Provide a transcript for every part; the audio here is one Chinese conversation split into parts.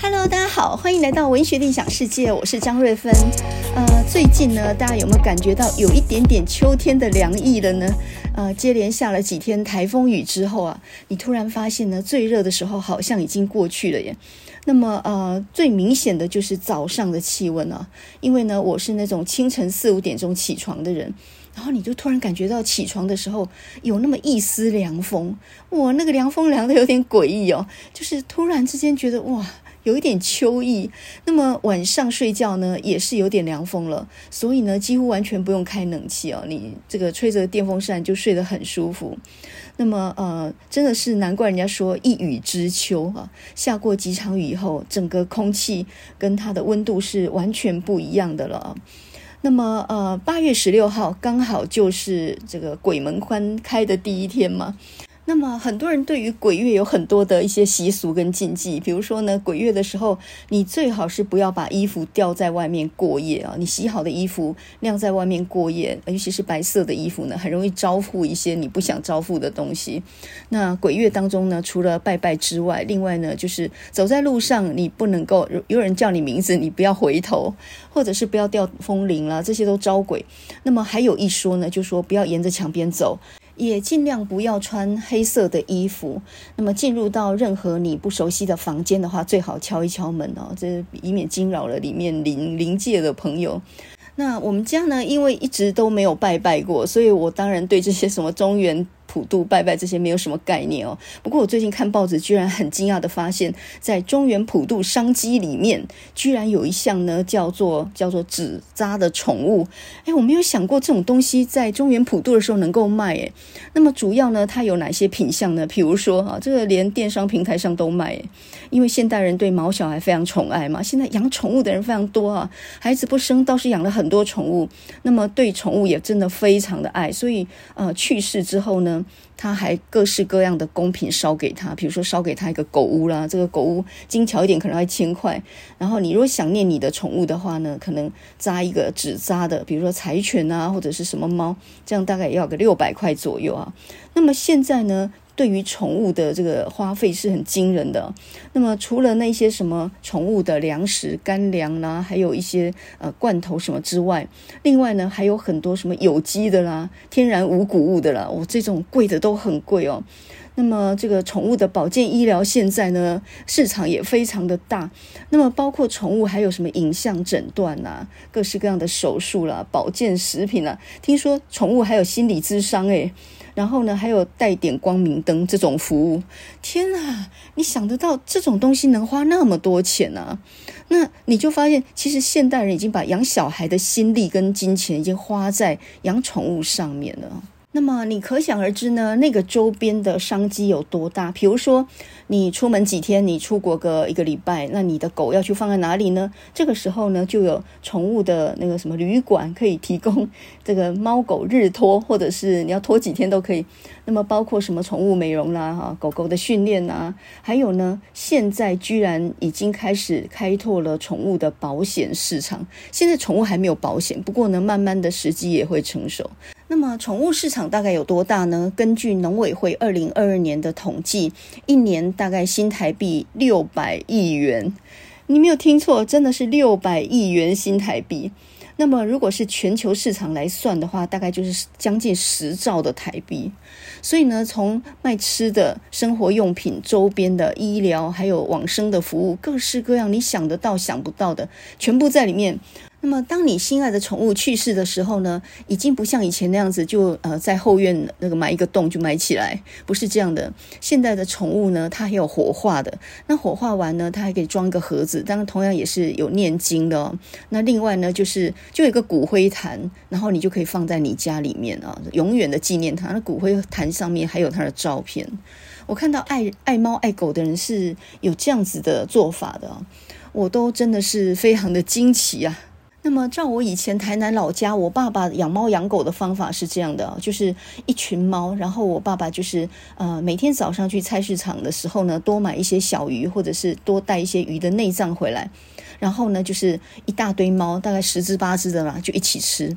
Hello， 大家好，欢迎来到文学理想世界，我是张瑞芬。最近呢，大家有没有感觉到有一点点秋天的凉意了呢？接连下了几天台风雨之后啊，你突然发现呢，最热的时候好像已经过去了耶。那么最明显的就是早上的气温啊，因为呢，我是那种清晨4、5点钟起床的人。然后你就突然感觉到起床的时候有那么一丝凉风，哇，那个凉风凉得有点诡异哦，就是突然之间觉得哇，有一点秋意。那么晚上睡觉呢也是有点凉风了，所以呢几乎完全不用开冷气哦，你这个吹着电风扇就睡得很舒服。那么真的是难怪人家说一雨之秋啊，下过几场雨以后，整个空气跟它的温度是完全不一样的了。那么8月16号刚好就是这个鬼门关开的第一天嘛。那么很多人对于鬼月有很多的一些习俗跟禁忌，比如说呢，鬼月的时候你最好是不要把衣服吊在外面过夜啊，你洗好的衣服晾在外面过夜，尤其是白色的衣服呢，很容易招附一些你不想招附的东西。那鬼月当中呢，除了拜拜之外，另外呢就是走在路上你不能够有人叫你名字你不要回头，或者是不要吊风铃啦，这些都招鬼。那么还有一说呢，就说不要沿着墙边走，也尽量不要穿黑色的衣服。那么进入到任何你不熟悉的房间的话，最好敲一敲门哦，这以免惊扰了里面临界的朋友。那我们家呢，因为一直都没有拜拜过，所以我当然对这些什么中元普渡拜拜这些没有什么概念哦。不过我最近看报纸，居然很惊讶的发现，在中元普渡商机里面，居然有一项呢叫做纸扎的宠物。我没有想过这种东西在中元普渡的时候能够卖。那么主要呢，它有哪些品项呢？比如说这个连电商平台上都卖，因为现代人对毛小孩非常宠爱嘛，现在养宠物的人非常多啊，孩子不生倒是养了很多宠物，那么对宠物也真的非常的爱，所以去世之后呢，他还各式各样的贡品烧给他，比如说烧给他一个狗屋啦，这个狗屋精巧一点可能要1000块，然后你如果想念你的宠物的话呢，可能扎一个纸扎的，比如说柴犬啊或者是什么猫，这样大概也要个600块左右啊。那么现在呢，对于宠物的这个花费是很惊人的。那么除了那些什么宠物的粮食干粮啦，还有一些罐头什么之外，另外呢还有很多什么有机的啦，天然无谷物的啦，这种贵的都很贵哦。那么这个宠物的保健医疗现在呢市场也非常的大，那么包括宠物还有什么影像诊断啊，各式各样的手术啦，保健食品啦，听说宠物还有心理咨商然后呢还有带点光明灯这种服务。天啊，你想得到这种东西能花那么多钱啊？那你就发现其实现代人已经把养小孩的心力跟金钱已经花在养宠物上面了。那么你可想而知呢，那个周边的商机有多大。比如说你出门几天，你出国个1个礼拜，那你的狗要去放在哪里呢？这个时候呢就有宠物的那个什么旅馆可以提供这个猫狗日托，或者是你要拖几天都可以。那么包括什么宠物美容啦，狗狗的训练啦，还有呢现在居然已经开始开拓了宠物的保险市场。现在宠物还没有保险，不过呢慢慢的时机也会成熟。那么宠物市场大概有多大呢？根据农委会2022年的统计，一年大概新台币600亿元。你没有听错，真的是600亿元新台币。那么如果是全球市场来算的话，大概就是将近10兆的台币。所以呢，从卖吃的、生活用品、周边的医疗，还有往生的服务，各式各样你想得到想不到的全部在里面。那么当你心爱的宠物去世的时候呢，已经不像以前那样子就在后院那个埋一个洞就埋起来，不是这样的。现在的宠物呢，它还有火化的，那火化完呢，它还可以装一个盒子，当然同样也是有念经的哦。那另外呢，就有一个骨灰坛，然后你就可以放在你家里面啊，永远的纪念它。那骨灰坛上面还有它的照片。我看到爱猫爱狗的人是有这样子的做法的，我都真的是非常的惊奇啊。那么照我以前台南老家，我爸爸养猫养狗的方法是这样的，就是一群猫，然后我爸爸就是每天早上去菜市场的时候呢，多买一些小鱼，或者是多带一些鱼的内脏回来，然后呢就是一大堆猫，大概10只8只的啦，就一起吃。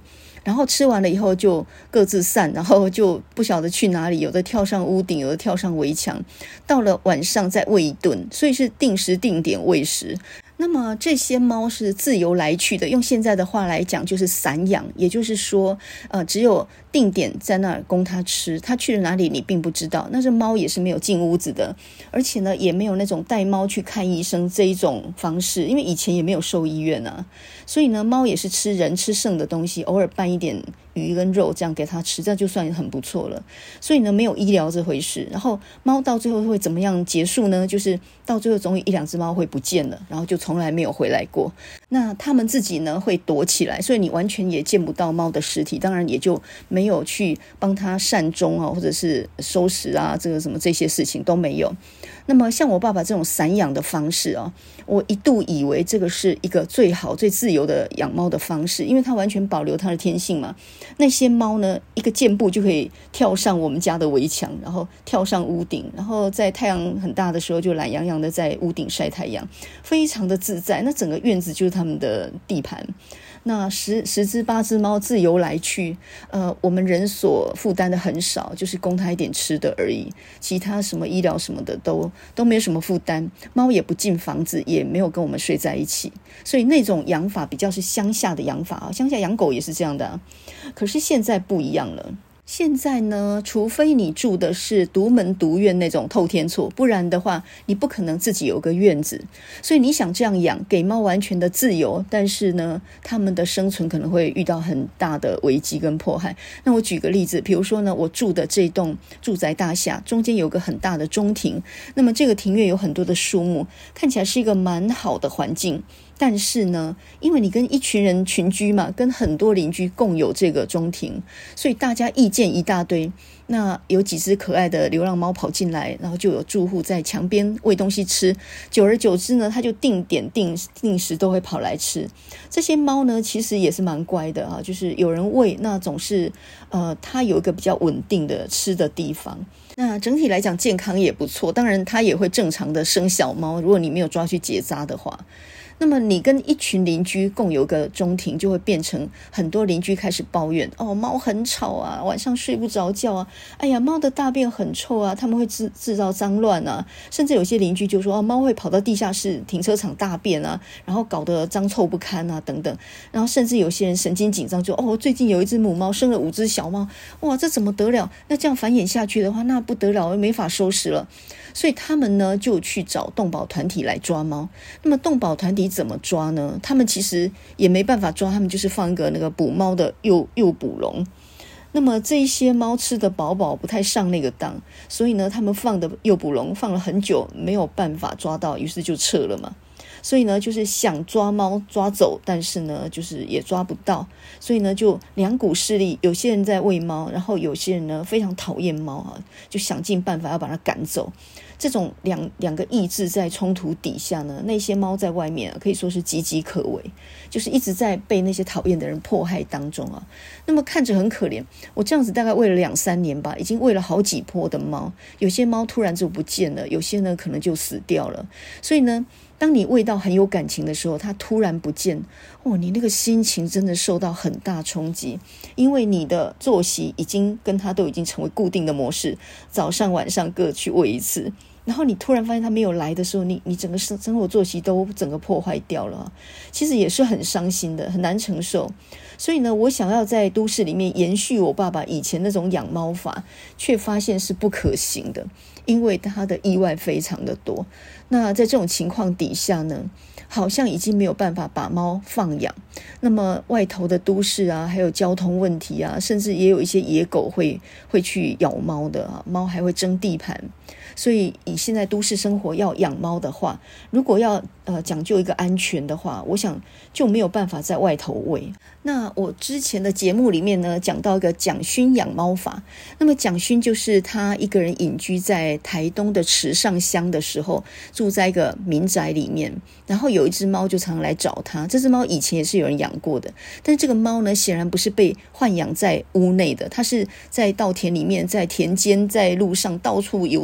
然后吃完了以后就各自散，然后就不晓得去哪里，有的跳上屋顶，有的跳上围墙，到了晚上再喂一顿，所以是定时定点喂食。那么这些猫是自由来去的，用现在的话来讲就是散养，也就是说只有定点在那儿供它吃，它去了哪里你并不知道。那这猫也是没有进屋子的，而且呢也没有那种带猫去看医生这一种方式，因为以前也没有兽医院啊，所以呢猫也是吃人吃剩的东西，偶尔拌一点鱼跟肉这样给它吃，这就算很不错了。所以呢没有医疗这回事。然后猫到最后会怎么样结束呢？就是到最后总有一两只猫会不见了，然后就从来没有回来过。那它们自己呢会躲起来，所以你完全也见不到猫的尸体，当然也就没有去帮它善终啊，或者是收拾啊，这个什么这些事情都没有。那么像我爸爸这种散养的方式啊，我一度以为这个是一个最好最自由的养猫的方式，因为它完全保留它的天性嘛。那些猫呢一个箭步就可以跳上我们家的围墙，然后跳上屋顶，然后在太阳很大的时候就懒洋洋的在屋顶晒太阳，非常的自在，那整个院子就是他们的地盘。那十只8只猫自由来去，我们人所负担的很少，就是供它一点吃的而已，其他什么医疗什么的都没有什么负担。猫也不进房子，也没有跟我们睡在一起，所以那种养法比较是乡下的养法啊，乡下养狗也是这样的啊。可是现在不一样了。现在呢，除非你住的是独门独院那种透天厝，不然的话你不可能自己有个院子。所以你想这样养，给猫完全的自由，但是呢它们的生存可能会遇到很大的危机跟迫害。那我举个例子，比如说呢，我住的这栋住宅大厦中间有个很大的中庭，那么这个庭院有很多的树木，看起来是一个蛮好的环境。但是呢，因为你跟一群人群居嘛，跟很多邻居共有这个中庭，所以大家意见一大堆。那有几只可爱的流浪猫跑进来，然后就有住户在墙边喂东西吃，久而久之呢，它就定点定时都会跑来吃。这些猫呢其实也是蛮乖的啊，就是有人喂，那总是它有一个比较稳定的吃的地方。那整体来讲健康也不错，当然它也会正常的生小猫，如果你没有抓去结扎的话。那么你跟一群邻居共有个中庭，就会变成很多邻居开始抱怨，猫很吵啊，晚上睡不着觉啊，哎呀，猫的大便很臭啊，他们会制造脏乱啊，甚至有些邻居就说猫会跑到地下室停车场大便啊，然后搞得脏臭不堪啊等等。然后甚至有些人神经紧张，就最近有一只母猫生了5只小猫，哇，这怎么得了？那这样繁衍下去的话，那不得了，没法收拾了。所以他们呢就去找动保团体来抓猫。那么动保团体怎么抓呢？他们其实也没办法抓，他们就是放一个那个捕猫的诱捕笼。那么这一些猫吃得饱饱，不太上那个当，所以呢他们放的诱捕笼放了很久，没有办法抓到，于是就撤了嘛。所以呢就是想抓猫抓走，但是呢就是也抓不到，所以呢就两股势力，有些人在喂猫，然后有些人呢非常讨厌猫啊，就想尽办法要把它赶走。这种两个意志在冲突底下呢，那些猫在外面可以说是岌岌可危，就是一直在被那些讨厌的人迫害当中啊。那么看着很可怜，我这样子大概喂了2-3年吧，已经喂了好几波的猫，有些猫突然就不见了，有些呢可能就死掉了。所以呢当你喂到很有感情的时候，它突然不见，你那个心情真的受到很大冲击，因为你的作息已经跟它都已经成为固定的模式，早上晚上各去喂一次，然后你突然发现它没有来的时候，你整个生活作息都整个破坏掉了，其实也是很伤心的，很难承受。所以呢我想要在都市里面延续我爸爸以前那种养猫法，却发现是不可行的，因为他的意外非常的多。那在这种情况底下呢，好像已经没有办法把猫放养。那么外头的都市啊，还有交通问题啊，甚至也有一些野狗会去咬猫的啊，猫还会争地盘。所以以现在都市生活要养猫的话，如果要讲究一个安全的话，我想就没有办法在外头喂。那我之前的节目里面呢，讲到一个蒋勋养猫法。那么蒋勋就是他一个人隐居在台东的池上乡的时候，住在一个民宅里面，然后有一只猫就常常来找他。这只猫以前也是有人养过的，但是这个猫呢显然不是被豢养在屋内的，它是在稻田里面，在田间，在路上到处游荡的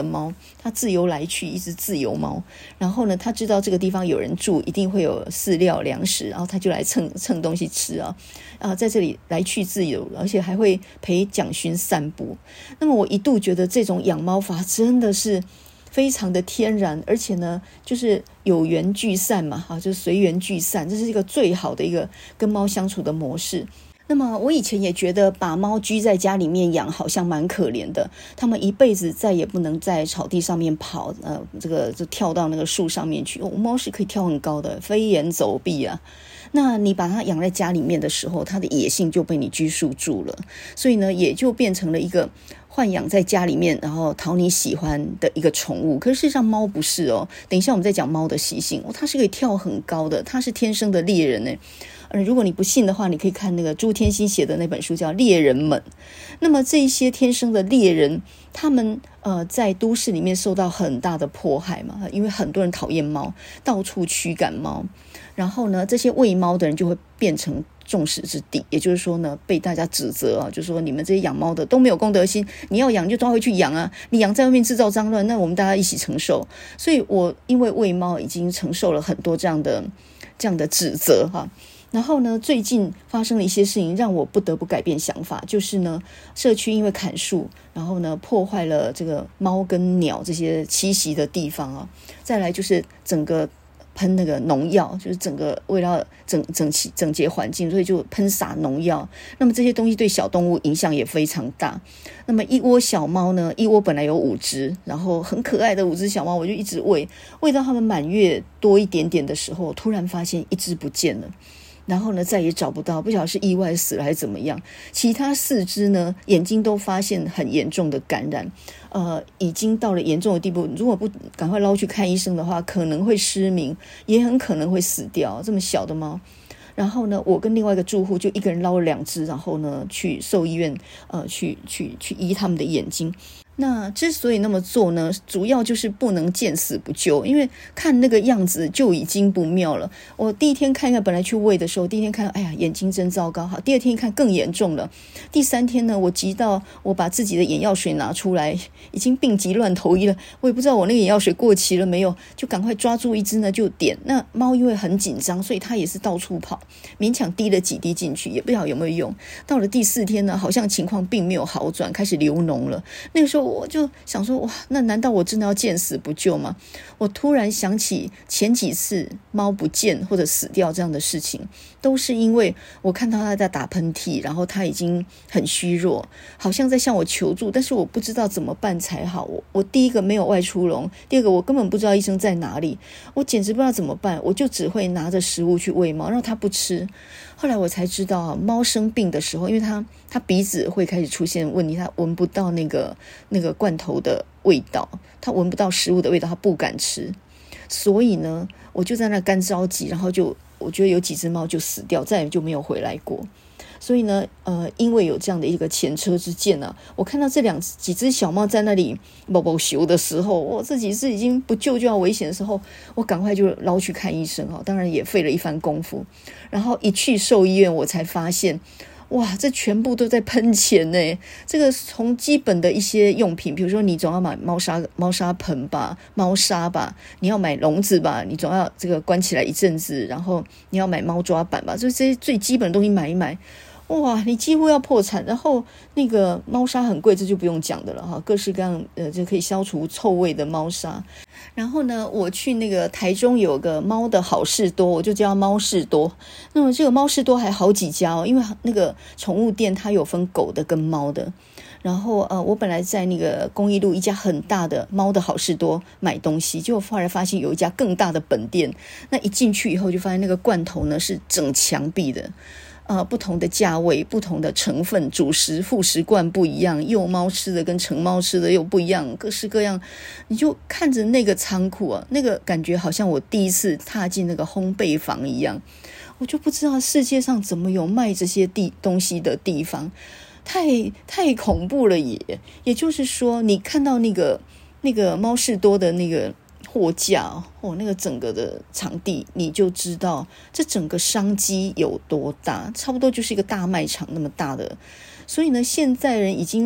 猫，它自由来去，一只自由猫。然后呢，它知道这个地方有人住，一定会有饲料粮食，然后它就来蹭东西吃在这里来去自由，而且还会陪蒋勋散步。那么我一度觉得这种养猫法真的是非常的天然，而且呢就是有缘聚散嘛，就是随缘聚散，这是一个最好的一个跟猫相处的模式。那么我以前也觉得把猫居在家里面养好像蛮可怜的，他们一辈子再也不能在草地上面跑，就跳到那个树上面去。猫是可以跳很高的，飞檐走壁啊。那你把它养在家里面的时候，它的野性就被你拘束住了，所以呢也就变成了一个豢养在家里面，然后讨你喜欢的一个宠物。可是事实上猫不是哦，等一下我们再讲猫的习性它是可以跳很高的，它是天生的猎人如果你不信的话，你可以看那个朱天心写的那本书叫《猎人们》。那么这一些天生的猎人，他们在都市里面受到很大的迫害嘛，因为很多人讨厌猫，到处驱赶猫。然后呢，这些喂猫的人就会变成众矢之的，也就是说呢，被大家指责就说你们这些养猫的都没有公德心，你要养就抓回去养啊，你养在外面制造脏乱，那我们大家一起承受。所以我因为喂猫已经承受了很多这样的指责然后呢，最近发生了一些事情让我不得不改变想法，就是呢，社区因为砍树，然后呢破坏了这个猫跟鸟这些栖息的地方再来就是整个喷那个农药，就是整个为了整洁环境，所以就喷洒农药。那么这些东西对小动物影响也非常大。那么一窝小猫呢，一窝本来有5只，然后很可爱的5只小猫，我就一直喂到它们满月多一点点的时候，突然发现1只不见了。然后呢再也找不到，不晓得是意外死了还是怎么样。其他4只呢眼睛都发现很严重的感染，已经到了严重的地步，如果不赶快捞去看医生的话，可能会失明，也很可能会死掉，这么小的猫。然后呢我跟另外一个住户就一个人捞了2只，然后呢去兽医院去医他们的眼睛。那之所以那么做呢，主要就是不能见死不救，因为看那个样子就已经不妙了。我第一天看本来去喂的时候，第一天看哎呀眼睛真糟糕，好，第2天一看更严重了，第3天呢我急到我把自己的眼药水拿出来，已经病急乱投医了，我也不知道我那个眼药水过期了没有，就赶快抓住1只呢就点。那猫因为很紧张，所以它也是到处跑，勉强滴了几滴进去，也不知道有没有用。到了第4天呢，好像情况并没有好转，开始流脓了。那个时候我就想说，哇，那难道我真的要见死不救吗？我突然想起前几次猫不见或者死掉这样的事情，都是因为我看到它在打喷嚏，然后它已经很虚弱，好像在向我求助，但是我不知道怎么办才好。我第一个没有外出笼，第二个我根本不知道医生在哪里，我简直不知道怎么办，我就只会拿着食物去喂猫，让它不吃。后来我才知道猫生病的时候，因为它鼻子会开始出现问题，它闻不到那个罐头的味道，它闻不到食物的味道，它不敢吃。所以呢我就在那干着急，然后我觉得有几只猫就死掉，再也就没有回来过。所以呢因为有这样的一个前车之鉴我看到几只小猫在那里啵啵咻的时候，这几只已经不救就要危险的时候，我赶快就捞去看医生当然也费了一番功夫。然后一去兽医院，我才发现哇，这全部都在喷钱呢！这个从基本的一些用品，比如说你总要买猫砂盆吧，猫砂吧，你要买笼子吧，你总要这个关起来一阵子，然后你要买猫抓板吧，就这些最基本的东西买一买，哇，你几乎要破产。然后那个猫砂很贵，这就不用讲的了各式各样就可以消除臭味的猫砂。然后呢我去那个台中有个猫的好事多，我就叫猫事多。那么这个猫事多还好几家因为那个宠物店它有分狗的跟猫的。然后我本来在那个公益路一家很大的猫的好事多买东西，结果后来发现有一家更大的本店，那一进去以后就发现那个罐头呢是整墙壁的不同的价位，不同的成分，主食副食罐不一样，幼猫吃的跟成猫吃的又不一样，各式各样。你就看着那个仓库那个感觉好像我第一次踏进那个烘焙房一样。我就不知道世界上怎么有卖这些东西的地方，太恐怖了也。也就是说你看到那个猫事多的那个货架那个整个的场地，你就知道这整个商机有多大，差不多就是一个大卖场那么大的。所以呢现在人已经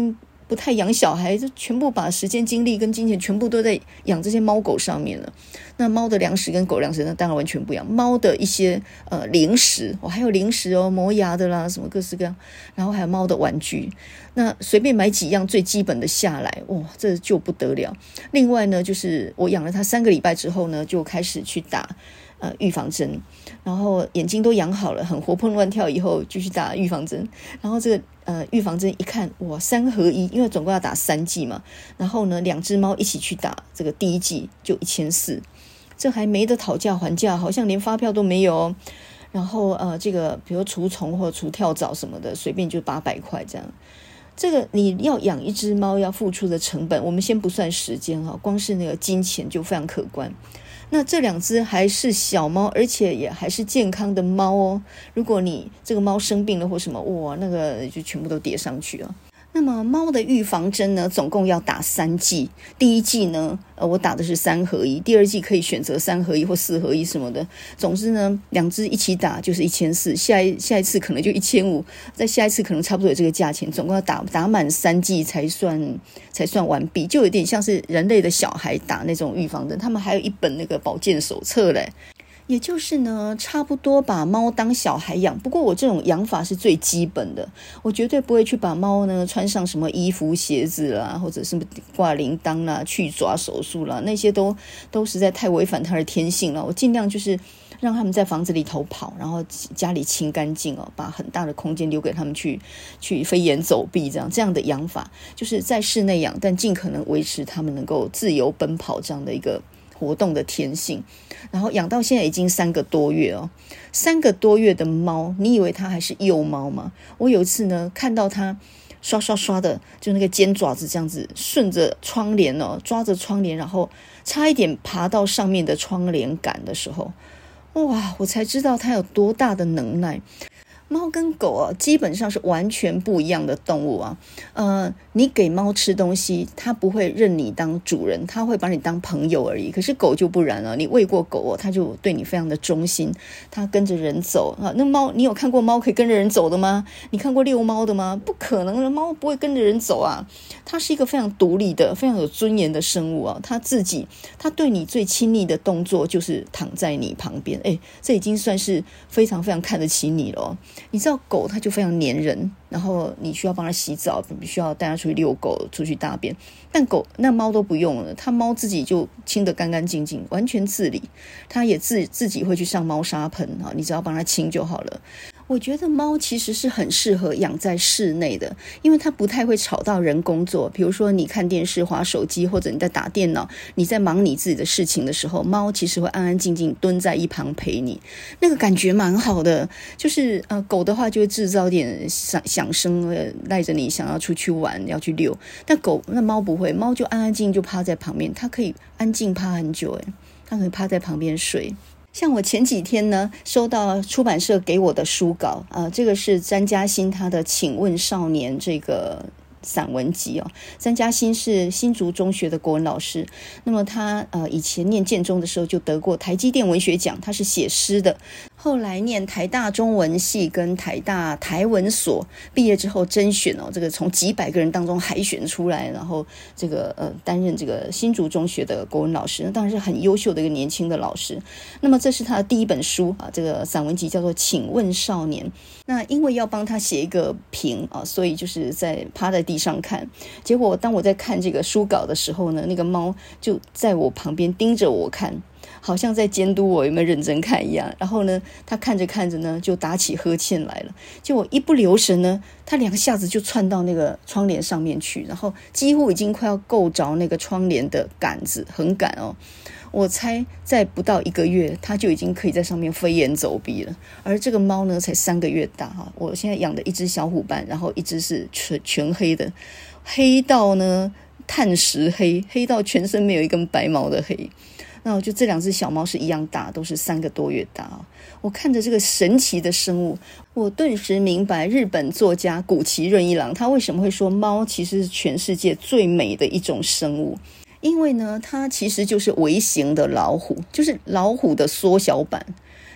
不太养小孩，就全部把时间精力跟金钱全部都在养这些猫狗上面了。那猫的粮食跟狗粮食呢当然完全不一样，猫的一些零食，还有零食磨牙的啦，什么各式各样，然后还有猫的玩具，那随便买几样最基本的下来，这就不得了。另外呢，就是我养了它3个礼拜之后呢，就开始去打预防针，然后眼睛都养好了，很活蹦乱跳，以后就去打预防针。然后这个预防针一看，哇，3合1，因为总共要打3剂嘛。然后呢，2只猫一起去打这个第1剂就1400，这还没得讨价还价，好像连发票都没有哦。然后这个比如除虫或除跳蚤什么的，随便就800块这样。这个你要养一只猫要付出的成本，我们先不算时间光是那个金钱就非常可观。那这2只还是小猫，而且也还是健康的猫哦。如果你这个猫生病了或什么，哇，那个就全部都叠上去了。那么猫的预防针呢，总共要打3剂。第1剂呢，我打的是3合1，第2剂可以选择3合1或4合1什么的。总之呢，2只一起打就是1400，下一次可能就1500，再下一次可能差不多有这个价钱。总共要打满3剂才算完毕，就有点像是人类的小孩打那种预防针，他们还有一本那个保健手册嘞。也就是呢，差不多把猫当小孩养。不过我这种养法是最基本的，我绝对不会去把猫呢穿上什么衣服、鞋子啦，或者是挂铃铛啦、去爪手术啦，那些都实在太违反它的天性了。我尽量就是让他们在房子里头跑，然后家里清干净把很大的空间留给他们去飞檐走壁，这样的养法，就是在室内养，但尽可能维持他们能够自由奔跑这样的一个活动的天性。然后养到现在已经3个多月哦，3个多月的猫，你以为它还是幼猫吗？我有一次呢看到它刷刷刷的，就那个尖爪子这样子顺着窗帘抓着窗帘，然后差一点爬到上面的窗帘杆的时候，哇，我才知道它有多大的能耐。猫跟狗基本上是完全不一样的动物你给猫吃东西，它不会认你当主人，它会把你当朋友而已。可是狗就不然了，你喂过狗它就对你非常的忠心，它跟着人走那猫，你有看过猫可以跟着人走的吗？你看过遛猫的吗？不可能的，猫不会跟着人走啊。它是一个非常独立的、非常有尊严的生物它对你最亲密的动作就是躺在你旁边，这已经算是非常非常看得起你了你知道狗它就非常黏人，然后你需要帮它洗澡，必须要带它出去遛狗，出去大便。但猫都不用了，它猫自己就清得干干净净，完全自理。它也自己会去上猫砂盆你只要帮它清就好了。我觉得猫其实是很适合养在室内的，因为它不太会吵到人工作。比如说你看电视、滑手机，或者你在打电脑，你在忙你自己的事情的时候，猫其实会安安静静蹲在一旁陪你，那个感觉蛮好的。就是狗的话就会制造点响声，带着你想要出去玩，要去遛。但猫不会，猫就安安静静就趴在旁边，它可以安静趴很久它可以趴在旁边睡。像我前几天呢收到出版社给我的书稿这个是詹嘉欣他的请问少年这个散文集詹嘉欣是新竹中学的国文老师，那么他以前念建中的时候就得过台积电文学奖，他是写诗的。后来念台大中文系跟台大台文所，毕业之后甄选这个从几百个人当中海选出来，然后这个担任这个新竹中学的国文老师，那当然是很优秀的一个年轻的老师。那么这是他的第一本书这个散文集叫做请问少年。那因为要帮他写一个评所以就是在趴在地上看，结果当我在看这个书稿的时候呢，那个猫就在我旁边盯着我看，好像在监督我有没有认真看一样。然后呢他看着看着呢就打起呵欠来了，就我一不留神呢，他2下子就窜到那个窗帘上面去，然后几乎已经快要够着那个窗帘的杆子横杆我猜在不到1个月它就已经可以在上面飞檐走壁了。而这个猫呢才3个月大我现在养的一只小虎斑，然后一只是全黑的，黑到呢炭石黑，黑到全身没有一根白毛的黑。那我就这2只小猫是一样大，都是3个多月大我看着这个神奇的生物，我顿时明白日本作家谷崎润一郎他为什么会说猫其实是全世界最美的一种生物。因为呢它其实就是微型的老虎，就是老虎的缩小版。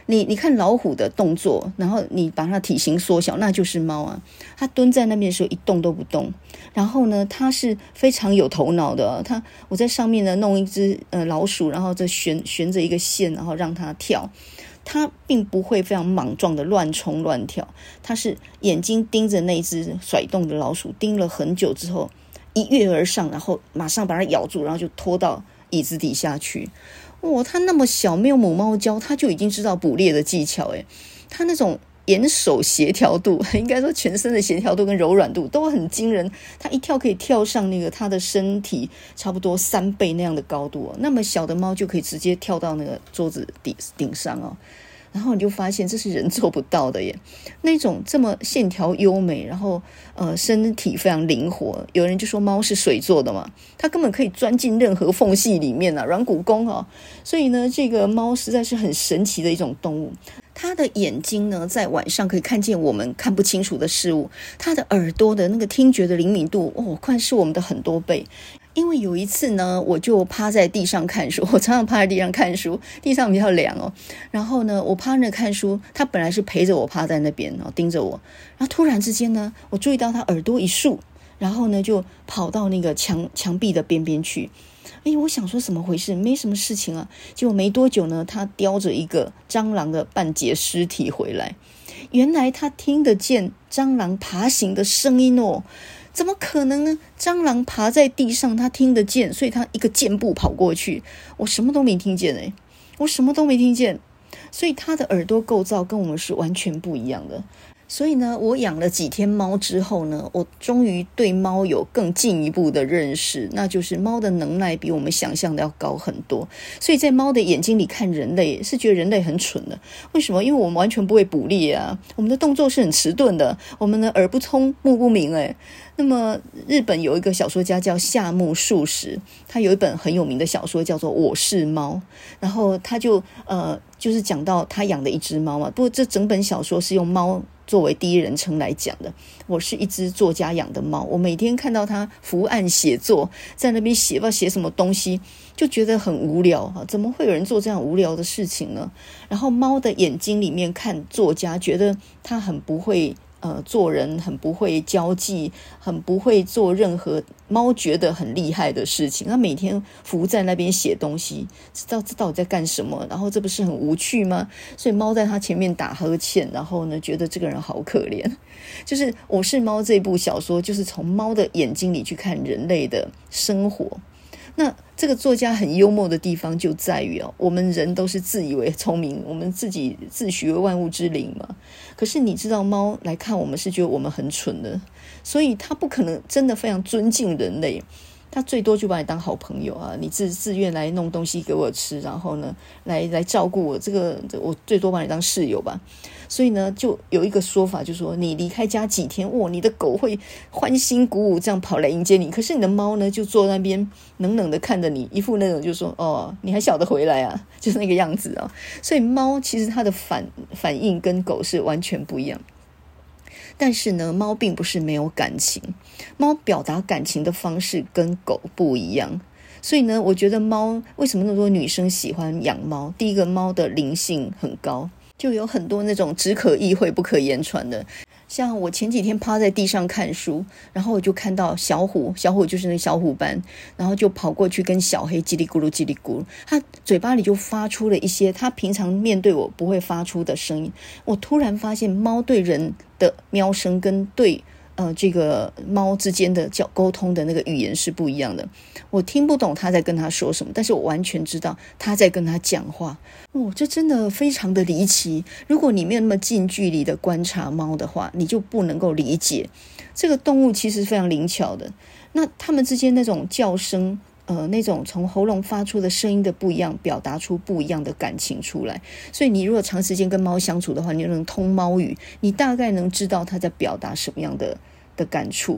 你看老虎的动作，然后你把它体型缩小，那就是猫啊。它蹲在那边的时候一动都不动，然后呢，它是非常有头脑的。我在上面呢弄一只老鼠，然后这悬着一个线，然后让它跳。它并不会非常莽撞的乱冲乱跳，它是眼睛盯着那只甩动的老鼠，盯了很久之后一跃而上，然后马上把它咬住，然后就拖到椅子底下去。它那么小，没有母猫教，它就已经知道捕猎的技巧。它那种眼手协调度，应该说全身的协调度跟柔软度都很惊人。它一跳可以跳上那个它的身体差不多3倍那样的高度。那么小的猫就可以直接跳到那个桌子顶上哦。然后你就发现这是人做不到的耶，那种这么线条优美，然后身体非常灵活。有人就说猫是水做的嘛，它根本可以钻进任何缝隙里面啊，软骨功啊。所以呢，这个猫实在是很神奇的一种动物。它的眼睛呢，在晚上可以看见我们看不清楚的事物，它的耳朵的那个听觉的灵敏度，快是我们的很多倍。因为有一次呢，我就趴在地上看书，我常常趴在地上看书，地上比较凉哦。然后呢，我趴着看书，他本来是陪着我趴在那边，然后盯着我。然后突然之间呢，我注意到他耳朵一竖，然后呢就跑到那个墙壁的边边去。我想说怎么回事？没什么事情啊。结果没多久呢，他叼着一个蟑螂的半截尸体回来。原来他听得见蟑螂爬行的声音哦。怎么可能呢？蟑螂爬在地上，他听得见，所以他一个箭步跑过去。我什么都没听见我什么都没听见。所以他的耳朵构造跟我们是完全不一样的。所以呢，我养了几天猫之后呢，我终于对猫有更进一步的认识，那就是猫的能耐比我们想象的要高很多。所以在猫的眼睛里看人类，是觉得人类很蠢的。为什么？因为我们完全不会捕猎啊，我们的动作是很迟钝的，我们的耳不通目不明。那么日本有一个小说家叫夏目漱石，他有一本很有名的小说叫做《我是猫》，然后他就是讲到他养的一只猫嘛。不过这整本小说是用猫作为第一人称来讲的。我是一只作家养的猫，我每天看到他伏案写作，在那边写不知道写什么东西，就觉得很无聊怎么会有人做这样无聊的事情呢？然后猫的眼睛里面看作家，觉得他很不会做人，很不会交际，很不会做任何猫觉得很厉害的事情。他每天伏在那边写东西，知道这到底在干什么，然后这不是很无趣吗？所以猫在他前面打呵欠，然后呢觉得这个人好可怜。就是《我是猫》这部小说，就是从猫的眼睛里去看人类的生活。那这个作家很幽默的地方就在于我们人都是自以为聪明，我们自己自诩为万物之灵嘛。可是你知道猫来看我们是觉得我们很蠢的，所以他不可能真的非常尊敬人类，他最多就把你当好朋友啊，你自愿来弄东西给我吃，然后呢来照顾我，我最多把你当室友吧。所以呢就有一个说法，就是说你离开家几天，你的狗会欢欣鼓舞这样跑来迎接你，可是你的猫呢就坐那边冷冷的看着你，一副那种就说你还晓得回来啊，就是那个样子啊。所以猫其实它的反应跟狗是完全不一样。但是呢，猫并不是没有感情，猫表达感情的方式跟狗不一样。所以呢，我觉得猫为什么那么多女生喜欢养猫？第一个，猫的灵性很高，就有很多那种只可意会不可言传的。像我前几天趴在地上看书，然后我就看到小虎就是那小虎斑，然后就跑过去跟小黑叽里咕噜叽里咕噜，他嘴巴里就发出了一些他平常面对我不会发出的声音。我突然发现猫对人的喵声跟对这个猫之间的沟通的那个语言是不一样的。我听不懂他在跟他说什么，但是我完全知道他在跟他讲话。这真的非常的离奇。如果你没有那么近距离的观察猫的话，你就不能够理解这个动物其实非常灵巧的。那它们之间那种叫声那种从喉咙发出的声音的不一样，表达出不一样的感情出来。所以你如果长时间跟猫相处的话，你就能通猫语，你大概能知道它在表达什么样的感触。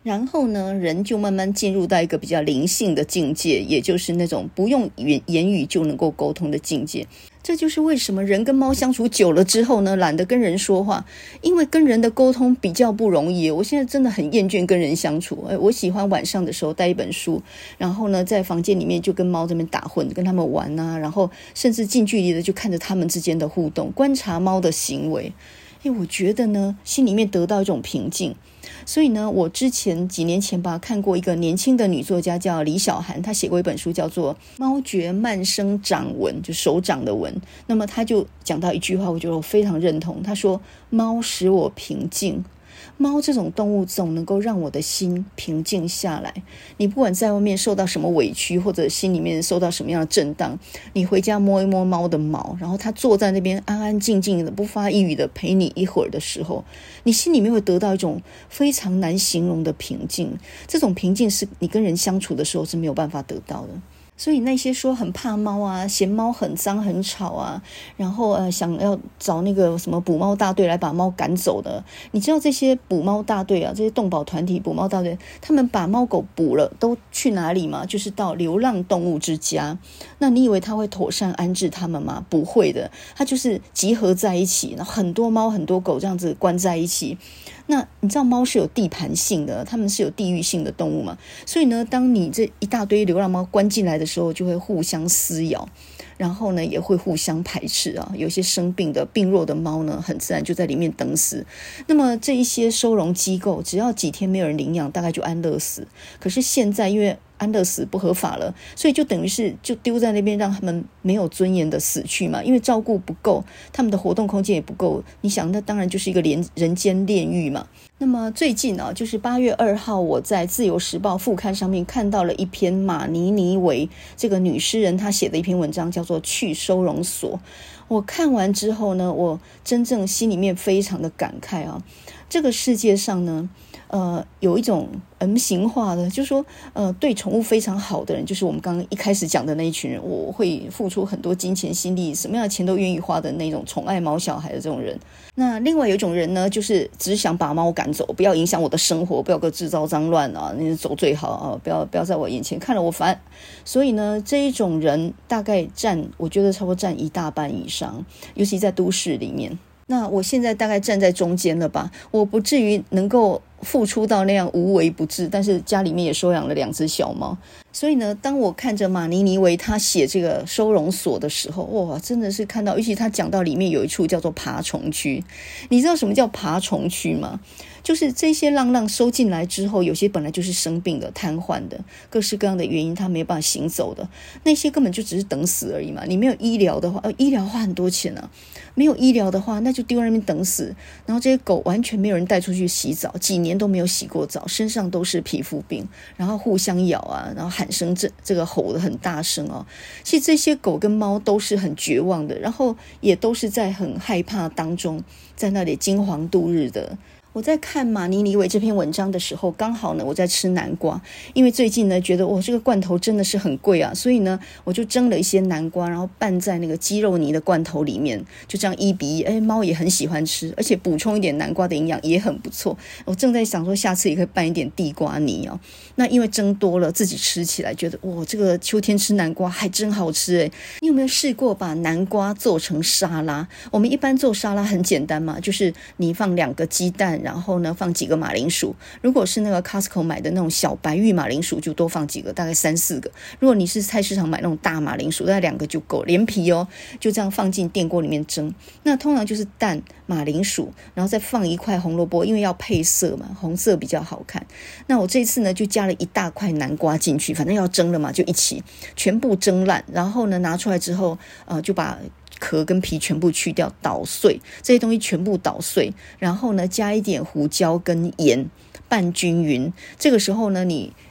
然后呢，人就慢慢进入到一个比较灵性的境界，也就是那种不用言语就能够沟通的境界。这就是为什么人跟猫相处久了之后呢，懒得跟人说话，因为跟人的沟通比较不容易。我现在真的很厌倦跟人相处，我喜欢晚上的时候带一本书，然后呢在房间里面就跟猫这边打混，跟他们玩啊，然后甚至近距离的就看着他们之间的互动，观察猫的行为。我觉得呢心里面得到一种平静。所以呢，我之前几年前吧，看过一个年轻的女作家叫李小涵，她写过一本书叫做《猫觉慢生掌纹》，就手掌的纹。那么她就讲到一句话，我觉得我非常认同。她说：猫使我平静。猫这种动物总能够让我的心平静下来。你不管在外面受到什么委屈，或者心里面受到什么样的震荡，你回家摸一摸猫的毛，然后它坐在那边安安静静的不发一语的陪你一会儿的时候，你心里面会得到一种非常难形容的平静。这种平静是你跟人相处的时候是没有办法得到的。所以那些说很怕猫啊，嫌猫很脏很吵啊，然后想要找那个什么捕猫大队来把猫赶走的，你知道这些捕猫大队啊，这些动保团体捕猫大队，他们把猫狗捕了都去哪里吗？就是到流浪动物之家。那你以为他会妥善安置他们吗？不会的，他就是集合在一起，然后很多猫很多狗这样子关在一起。那你知道猫是有地盘性的，它们是有地域性的动物嘛？所以呢，当你这一大堆流浪猫关进来的时候，就会互相撕咬，然后呢也会互相排斥啊。有些生病的病弱的猫呢，很自然就在里面等死。那么这一些收容机构，只要几天没有人领养，大概就安乐死。可是现在因为安乐死不合法了，所以就等于是就丢在那边，让他们没有尊严的死去嘛。因为照顾不够，他们的活动空间也不够，你想那当然就是一个人间炼狱嘛。那么最近啊，就是8月2号，我在自由时报副刊上面看到了一篇马尼尼维这个女诗人她写的一篇文章，叫做《去收容所》。我看完之后呢，我真正心里面非常的感慨啊，这个世界上呢有一种M 型化的，就是说对宠物非常好的人，就是我们刚刚一开始讲的那一群人，我会付出很多金钱心力，什么样的钱都愿意花的那种宠爱毛小孩的这种人。那另外有一种人呢，就是只想把猫赶走，不要影响我的生活，不要给我制造脏乱啊，你走最好啊，不要在我眼前看了我烦。所以呢，这一种人大概我觉得差不多占一大半以上，尤其在都市里面。那我现在大概站在中间了吧，我不至于能够付出到那样无微不至，但是家里面也收养了2只小猫。所以呢，当我看着马尼尼维他写这个收容所的时候，哇，真的是看到，尤其他讲到里面有一处叫做爬虫区。你知道什么叫爬虫区吗？就是这些浪浪收进来之后，有些本来就是生病的、瘫痪的，各式各样的原因他没办法行走的，那些根本就只是等死而已嘛。你没有医疗的话，医疗花很多钱啊，没有医疗的话，那就丢在那边等死。然后这些狗完全没有人带出去洗澡，几年都没有洗过澡，身上都是皮肤病，然后互相咬啊，然后喊声这个吼得很大声哦。其实这些狗跟猫都是很绝望的，然后也都是在很害怕当中，在那里惊惶度日的。我在看马尼尼维这篇文章的时候，刚好呢我在吃南瓜，因为最近呢觉得这个罐头真的是很贵啊，所以呢我就蒸了一些南瓜，然后拌在那个鸡肉泥的罐头里面，就这样1比1，猫也很喜欢吃，而且补充一点南瓜的营养也很不错。我正在想说下次也可以拌一点地瓜泥哦。那因为蒸多了，自己吃起来觉得这个秋天吃南瓜还真好吃诶。你有没有试过把南瓜做成沙拉？我们一般做沙拉很简单嘛，就是你放2个鸡蛋，然后呢放几个马铃薯，如果是那个 Costco 买的那种小白玉马铃薯就多放几个，大概3-4个。如果你是菜市场买那种大马铃薯，大概2个就够，连皮就这样放进电锅里面蒸。那通常就是蛋、马铃薯，然后再放1块红萝卜，因为要配色嘛，红色比较好看。那我这次呢就加了1大块南瓜进去，反正要蒸了嘛，就一起全部蒸烂，然后呢拿出来之后就把壳跟皮全部去掉，捣碎，这些东西全部捣碎，然后呢加一点胡椒跟盐拌均匀。这个时候呢你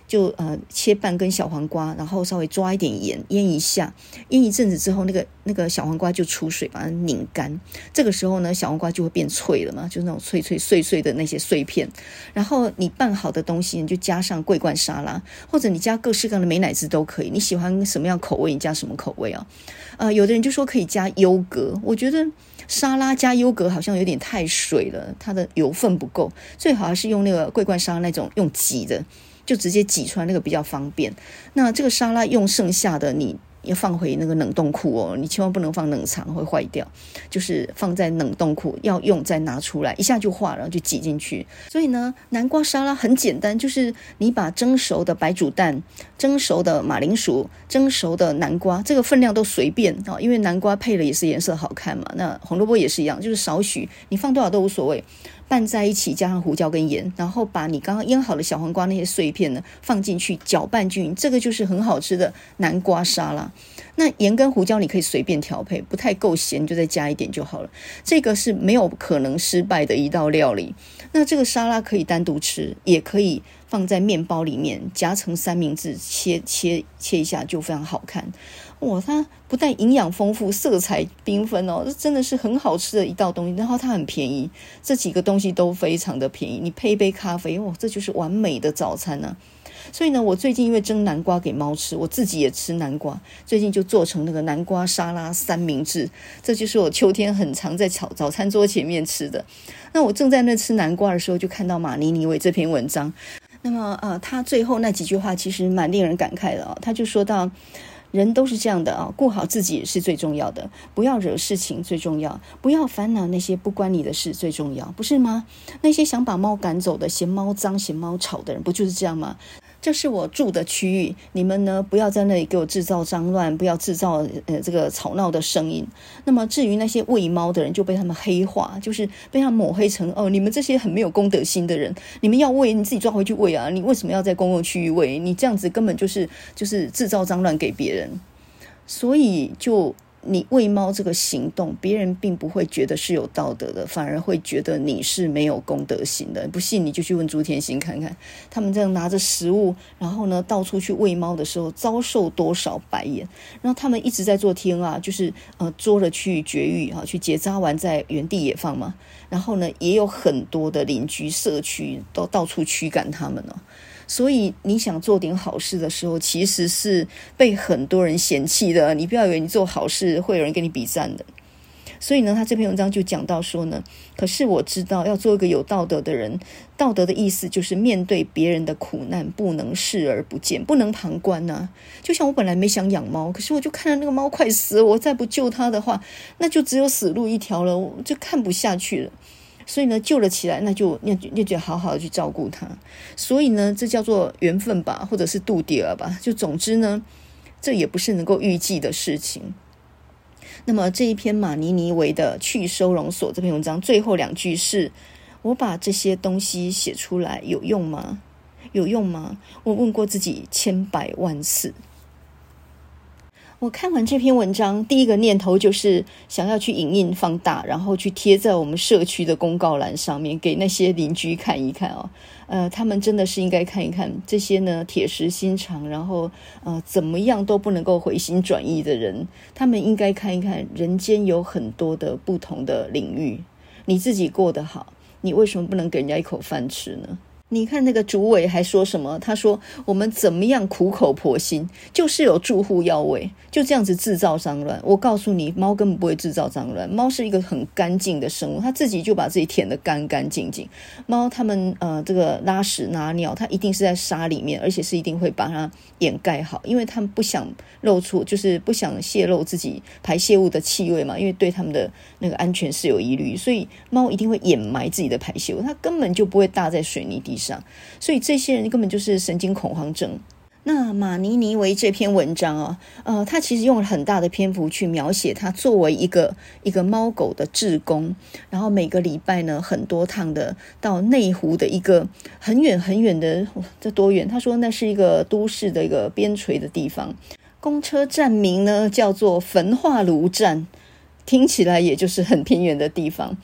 就切半根小黄瓜，然后稍微抓一点盐腌一下，腌一阵子之后，那个小黄瓜就出水，把它拧干。这个时候呢，小黄瓜就会变脆了嘛，就是那种脆脆碎碎的那些碎片。然后你拌好的东西，你就加上桂冠沙拉，或者你加各式各样的美乃滋都可以。你喜欢什么样口味，你加什么口味啊？有的人就说可以加优格，我觉得沙拉加优格好像有点太水了，它的油分不够，最好还是用那个桂冠沙拉那种用挤的，就直接挤出来，那个比较方便。那这个沙拉用剩下的你要放回那个冷冻库你千万不能放冷藏会坏掉，就是放在冷冻库，要用再拿出来，一下就化了，然后就挤进去。所以呢，南瓜沙拉很简单，就是你把蒸熟的白煮蛋、蒸熟的马铃薯、蒸熟的南瓜，这个分量都随便因为南瓜配了也是颜色好看嘛，那红萝卜也是一样，就是少许，你放多少都无所谓，拌在一起，加上胡椒跟盐，然后把你刚刚腌好的小黄瓜那些碎片呢放进去，搅拌均匀，这个就是很好吃的南瓜沙拉。那盐跟胡椒你可以随便调配，不太够咸就再加一点就好了。这个是没有可能失败的一道料理。那这个沙拉可以单独吃，也可以放在面包里面夹成三明治，切一下就非常好看。哇，它不但营养丰富，色彩缤纷这真的是很好吃的一道东西。然后它很便宜，这几个东西都非常的便宜，你配一杯咖啡，这就是完美的早餐啊。所以呢，我最近因为蒸南瓜给猫吃，我自己也吃南瓜，最近就做成那个南瓜沙拉三明治，这就是我秋天很常在早餐桌前面吃的。那我正在那吃南瓜的时候，就看到马尼尼维这篇文章。那么他最后那几句话其实蛮令人感慨的他就说到，人都是这样的顾好自己是最重要的，不要惹事情最重要，不要烦恼那些不关你的事最重要，不是吗？那些想把猫赶走的，嫌猫脏嫌猫吵的人，不就是这样吗？这是我住的区域，你们呢不要在那里给我制造脏乱，不要制造这个吵闹的声音。那么至于那些喂猫的人，就被他们黑化，就是被他们抹黑成你们这些很没有公德心的人，你们要喂你自己抓回去喂啊，你为什么要在公共区域喂？你这样子根本就是制造脏乱给别人。所以你喂猫这个行动，别人并不会觉得是有道德的，反而会觉得你是没有公德心的。不信你就去问朱天心看看，他们这样拿着食物，然后呢到处去喂猫的时候，遭受多少白眼。然后他们一直在做 TNR， 就是捉了去绝育去结扎完在原地野放嘛。然后呢，也有很多的邻居社区都到处驱赶他们所以你想做点好事的时候，其实是被很多人嫌弃的。你不要以为你做好事会有人给你比赞的。所以呢，他这篇文章就讲到说呢，可是我知道要做一个有道德的人，道德的意思就是面对别人的苦难不能视而不见，不能旁观啊。就像我本来没想养猫，可是我就看到那个猫快死了，我再不救它的话，那就只有死路一条了，我就看不下去了。所以呢，救了起来，那就好好的去照顾它。所以呢，这叫做缘分吧，或者是度牒吧。就总之呢，这也不是能够预计的事情。那么这一篇马尼尼维的去收容所这篇文章最后两句是：我把这些东西写出来有用吗？有用吗？我问过自己千百万次。我看完这篇文章，第一个念头就是想要去影印放大，然后去贴在我们社区的公告栏上面，给那些邻居看一看他们真的是应该看一看这些呢铁石心肠，然后怎么样都不能够回心转意的人，他们应该看一看人间有很多的不同的领域。你自己过得好，你为什么不能给人家一口饭吃呢？你看那个主委还说什么，他说我们怎么样苦口婆心，就是有住户要喂，就这样子制造脏乱。我告诉你，猫根本不会制造脏乱，猫是一个很干净的生物，它自己就把自己舔得干干净净。猫它们这个拉屎拉尿，它一定是在沙里面，而且是一定会把它掩盖好，因为它们不想露出，就是不想泄露自己排泄物的气味嘛，因为对它们的那个安全是有疑虑，所以猫一定会掩埋自己的排泄物，它根本就不会搭在水泥地上。所以这些人根本就是神经恐慌症。那马尼尼维这篇文章他其实用了很大的篇幅去描写他作为一个猫狗的志工，然后每个礼拜呢很多趟的到内湖的一个很远很远的，这多远？他说那是一个都市的一个边陲的地方，公车站名呢叫做焚化炉站，听起来也就是很偏远的地方。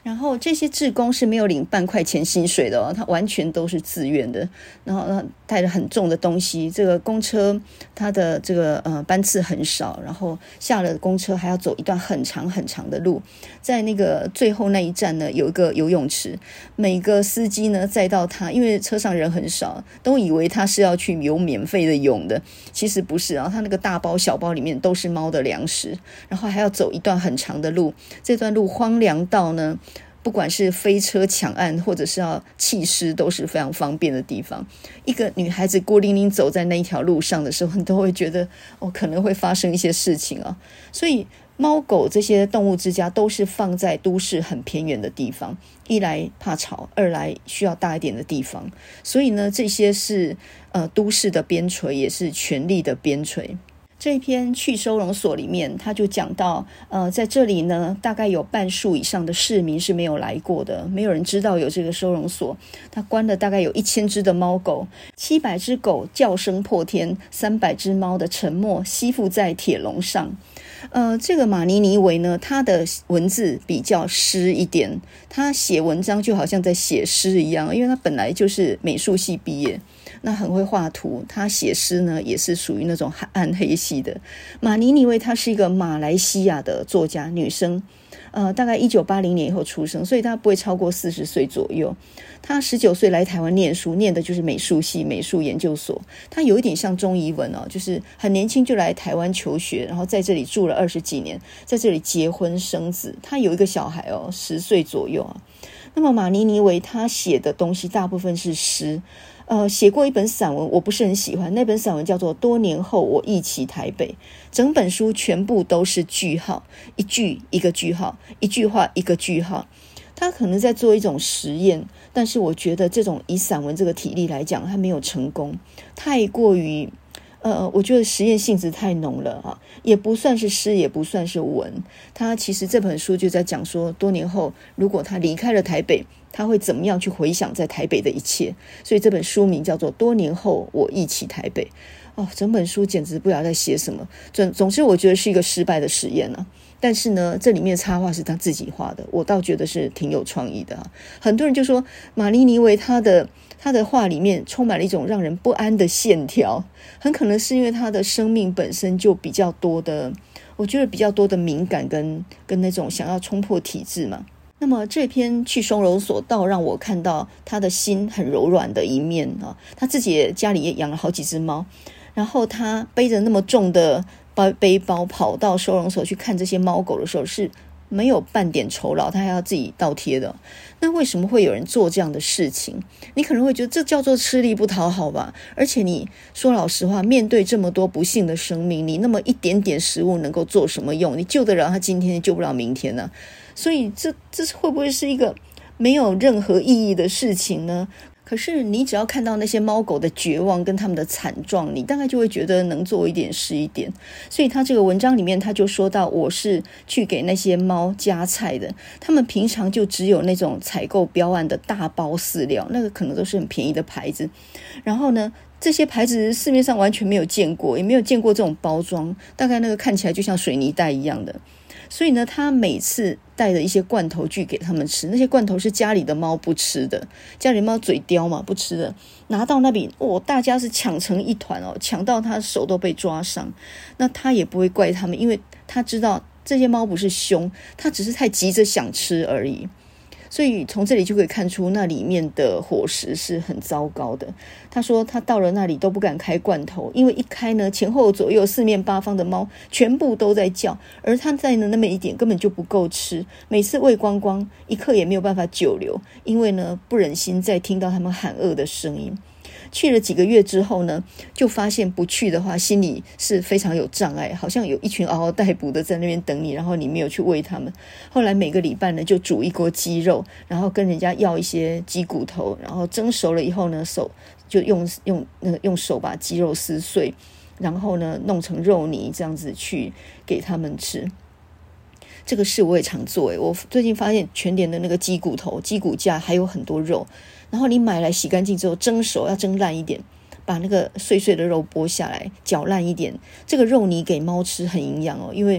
然后这些志工是没有领半块钱薪水的他完全都是自愿的。然后带着很重的东西，这个公车它的这个班次很少，然后下了公车还要走一段很长很长的路。在那个最后那一站呢，有一个游泳池，每个司机呢载到他，因为车上人很少，都以为他是要去游免费的泳的，其实不是。然后他那个大包小包里面都是猫的粮食，然后还要走一段很长的路，这段路荒凉到呢，不管是飞车抢案或者是要弃尸都是非常方便的地方。一个女孩子孤零零走在那一条路上的时候，你都会觉得可能会发生一些事情所以猫狗这些动物之家都是放在都市很偏远的地方，一来怕吵，二来需要大一点的地方。所以呢，这些是都市的边陲，也是权力的边陲。这一篇去收容所里面，他就讲到在这里呢，大概有半数以上的市民是没有来过的，没有人知道有这个收容所。他关了大概有1000只的猫狗，700只狗叫声破天，300只猫的沉默吸附在铁笼上。这个马尼尼维呢，他的文字比较诗一点，他写文章就好像在写诗一样，因为他本来就是美术系毕业，那很会画图。他写诗呢也是属于那种暗黑系的。马尼尼维她是一个马来西亚的作家，女生，大概1980年以后出生，所以她不会超过40岁左右。她19岁来台湾念书，念的就是美术系美术研究所。她有一点像钟怡文就是很年轻就来台湾求学，然后在这里住了20几年，在这里结婚生子。她有一个小孩10岁左右那么马尼尼维她写的东西大部分是诗，写过一本散文我不是很喜欢，那本散文叫做《多年后我忆起台北》，整本书全部都是句号，一句一个句号，一句话一个句号。他可能在做一种实验，但是我觉得这种以散文这个体例来讲，他没有成功，太过于我觉得实验性质太浓了也不算是诗，也不算是文。他其实这本书就在讲说，多年后如果他离开了台北，他会怎么样去回想在台北的一切。所以这本书名叫做《多年后我忆起台北》整本书简直不知道在写什么。总之我觉得是一个失败的实验但是呢，这里面插画是他自己画的，我倒觉得是挺有创意的很多人就说马尼尼维他的画里面充满了一种让人不安的线条，很可能是因为他的生命本身就比较多的，我觉得比较多的敏感跟那种想要冲破体制嘛。那么这篇去收容所倒让我看到他的心很柔软的一面他自己也家里也养了好几只猫，然后他背着那么重的背包跑到收容所去看这些猫狗的时候，是没有半点酬劳，他还要自己倒贴的。那为什么会有人做这样的事情？你可能会觉得这叫做吃力不讨好吧。而且你说老实话，面对这么多不幸的生命，你那么一点点食物能够做什么用？你救得了他今天，救不了明天呢所以这会不会是一个没有任何意义的事情呢？可是你只要看到那些猫狗的绝望跟他们的惨状，你大概就会觉得能做一点是一点。所以他这个文章里面他就说到，我是去给那些猫加菜的，他们平常就只有那种采购标案的大包饲料，那个可能都是很便宜的牌子，然后呢这些牌子市面上完全没有见过，也没有见过这种包装，大概那个看起来就像水泥袋一样的。所以呢，他每次带着一些罐头去给他们吃，那些罐头是家里的猫不吃的，家里猫嘴刁嘛，不吃的。拿到那里大家是抢成一团抢到他手都被抓伤。那他也不会怪他们，因为他知道这些猫不是凶，他只是太急着想吃而已。所以从这里就可以看出那里面的伙食是很糟糕的。他说他到了那里都不敢开罐头，因为一开呢，前后左右四面八方的猫全部都在叫，而他在那么一点根本就不够吃，每次喂光光，一刻也没有办法久留，因为呢不忍心再听到他们喊饿的声音。去了几个月之后呢，就发现不去的话心里是非常有障碍，好像有一群嗷嗷待哺的在那边等你，然后你没有去喂他们。后来每个礼拜呢就煮一锅鸡肉，然后跟人家要一些鸡骨头，然后蒸熟了以后呢，手就用手把鸡肉撕碎，然后呢弄成肉泥，这样子去给他们吃。这个事我也常做我最近发现全联的那个鸡骨头、鸡骨架还有很多肉，然后你买来洗干净之后蒸熟，要蒸烂一点，把那个碎碎的肉剥下来，搅烂一点，这个肉泥给猫吃很营养因为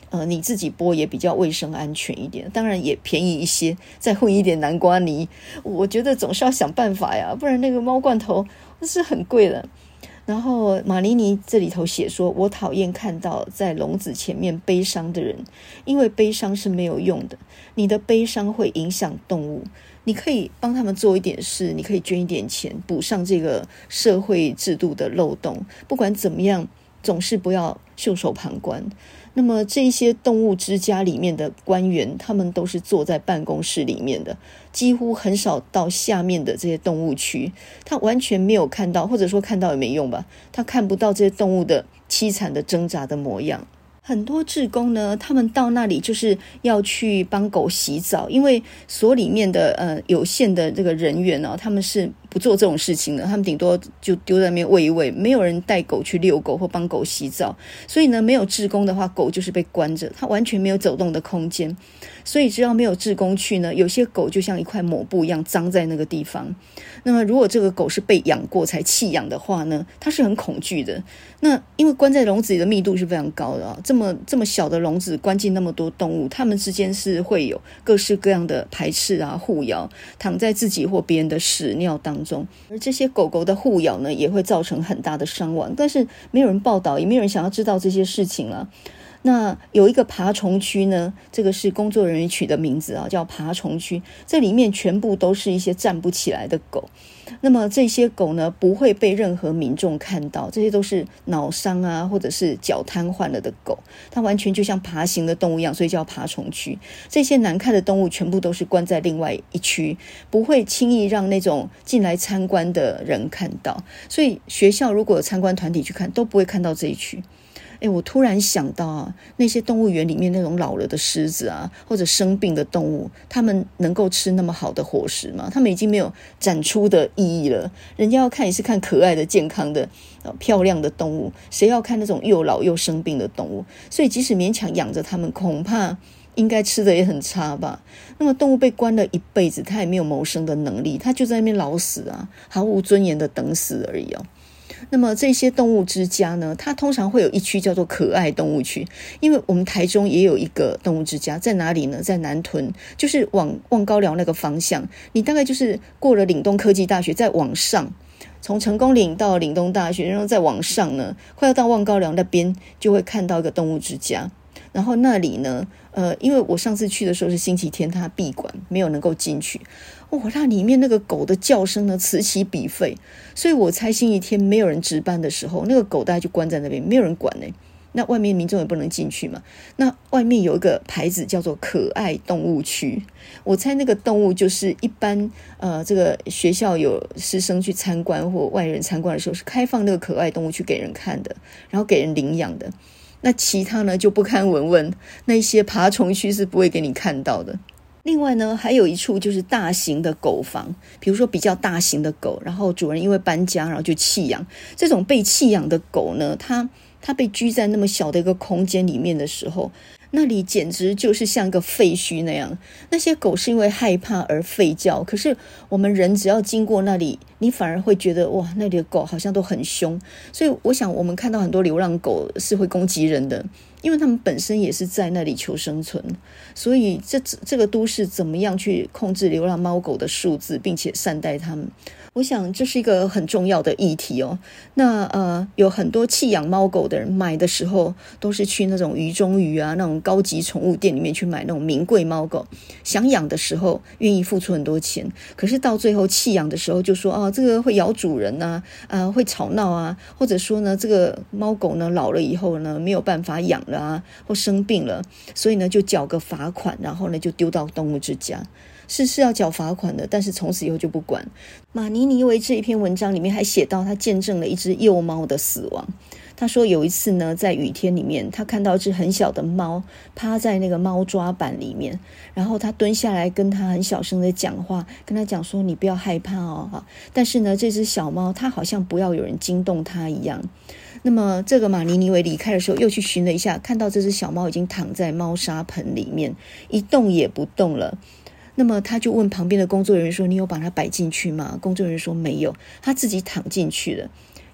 你自己剥也比较卫生安全一点，当然也便宜一些，再混一点南瓜泥，我觉得总是要想办法呀，不然那个猫罐头是很贵的。然后马尼尼这里头写说，我讨厌看到在笼子前面悲伤的人，因为悲伤是没有用的，你的悲伤会影响动物，你可以帮他们做一点事，你可以捐一点钱，补上这个社会制度的漏洞，不管怎么样，总是不要袖手旁观。那么这些动物之家里面的官员，他们都是坐在办公室里面的，几乎很少到下面的这些动物区，他完全没有看到，或者说看到也没用吧，他看不到这些动物的凄惨的挣扎的模样。很多志工呢，他们到那里就是要去帮狗洗澡，因为所里面的有限的这个人员呢，他们是不做这种事情的，他们顶多就丢在那边喂一喂，没有人带狗去遛狗或帮狗洗澡，所以呢，没有志工的话，狗就是被关着，它完全没有走动的空间。所以只要没有志工去呢，有些狗就像一块抹布一样脏在那个地方。那么如果这个狗是被养过才弃养的话呢，它是很恐惧的。那因为关在笼子里的密度是非常高的啊，这么小的笼子关进那么多动物，它们之间是会有各式各样的排斥啊、互咬，躺在自己或别人的屎尿当中。而这些狗狗的互咬呢，也会造成很大的伤亡，但是没有人报道，也没有人想要知道这些事情了。那有一个爬虫区呢，这个是工作人员取的名字啊，叫爬虫区，这里面全部都是一些站不起来的狗。那么这些狗呢，不会被任何民众看到，这些都是脑伤啊，或者是脚瘫痪了的狗，它完全就像爬行的动物一样，所以叫爬虫区。这些难看的动物全部都是关在另外一区，不会轻易让那种进来参观的人看到，所以学校如果有参观团体去看，都不会看到这一区。我突然想到啊，那些动物园里面那种老了的狮子啊，或者生病的动物，他们能够吃那么好的伙食吗？他们已经没有展出的意义了。人家要看也是看可爱的、健康的、漂亮的动物，谁要看那种又老又生病的动物？所以即使勉强养着他们，恐怕应该吃的也很差吧。那么动物被关了一辈子，它也没有谋生的能力，它就在那边老死啊，毫无尊严的等死而已哦。那么这些动物之家呢，它通常会有一区叫做可爱动物区，因为我们台中也有一个动物之家，在哪里呢？在南屯，就是往望高寮那个方向，你大概就是过了岭东科技大学再往上，从成功岭到岭东大学，然后再往上呢，快要到望高寮那边就会看到一个动物之家。然后那里呢因为我上次去的时候是星期天，它闭馆，没有能够进去。那里面那个狗的叫声呢此起彼伏，所以我猜星期天没有人值班的时候，那个狗大概就关在那边，没有人管呢。那外面民众也不能进去嘛。那外面有一个牌子叫做可爱动物区，我猜那个动物就是一般这个学校有师生去参观或外人参观的时候，是开放那个可爱动物区给人看的，然后给人领养的。那其他呢就不堪闻问，那些爬虫区是不会给你看到的。另外呢，还有一处就是大型的狗房，比如说比较大型的狗，然后主人因为搬家然后就弃养。这种被弃养的狗呢，它被居在那么小的一个空间里面的时候，那里简直就是像个废墟那样。那些狗是因为害怕而吠叫，可是我们人只要经过那里，你反而会觉得哇，那里的狗好像都很凶。所以我想我们看到很多流浪狗是会攻击人的，因为他们本身也是在那里求生存。所以这个都市怎么样去控制流浪猫狗的数字，并且善待它们，我想这是一个很重要的议题哦。那有很多弃养猫狗的人买的时候都是去那种鱼中鱼啊，那种高级宠物店里面去买那种名贵猫狗，想养的时候愿意付出很多钱，可是到最后弃养的时候就说这个会咬主人啊，会吵闹啊，或者说呢这个猫狗呢老了以后呢没有办法养了啊，或生病了，所以呢就缴个罚款，然后呢就丢到动物之家。是要缴罚款的，但是从此以后就不管。马尼尼维这一篇文章里面还写到他见证了一只幼猫的死亡。他说有一次呢，在雨天里面，他看到一只很小的猫趴在那个猫抓板里面，然后他蹲下来跟他很小声的讲话，跟他讲说你不要害怕哦。但是呢，这只小猫它好像不要有人惊动它一样。那么这个马尼尼维离开的时候又去寻了一下，看到这只小猫已经躺在猫砂盆里面，一动也不动了。那么他就问旁边的工作人员说，你有把它摆进去吗？工作人员说没有，他自己躺进去了。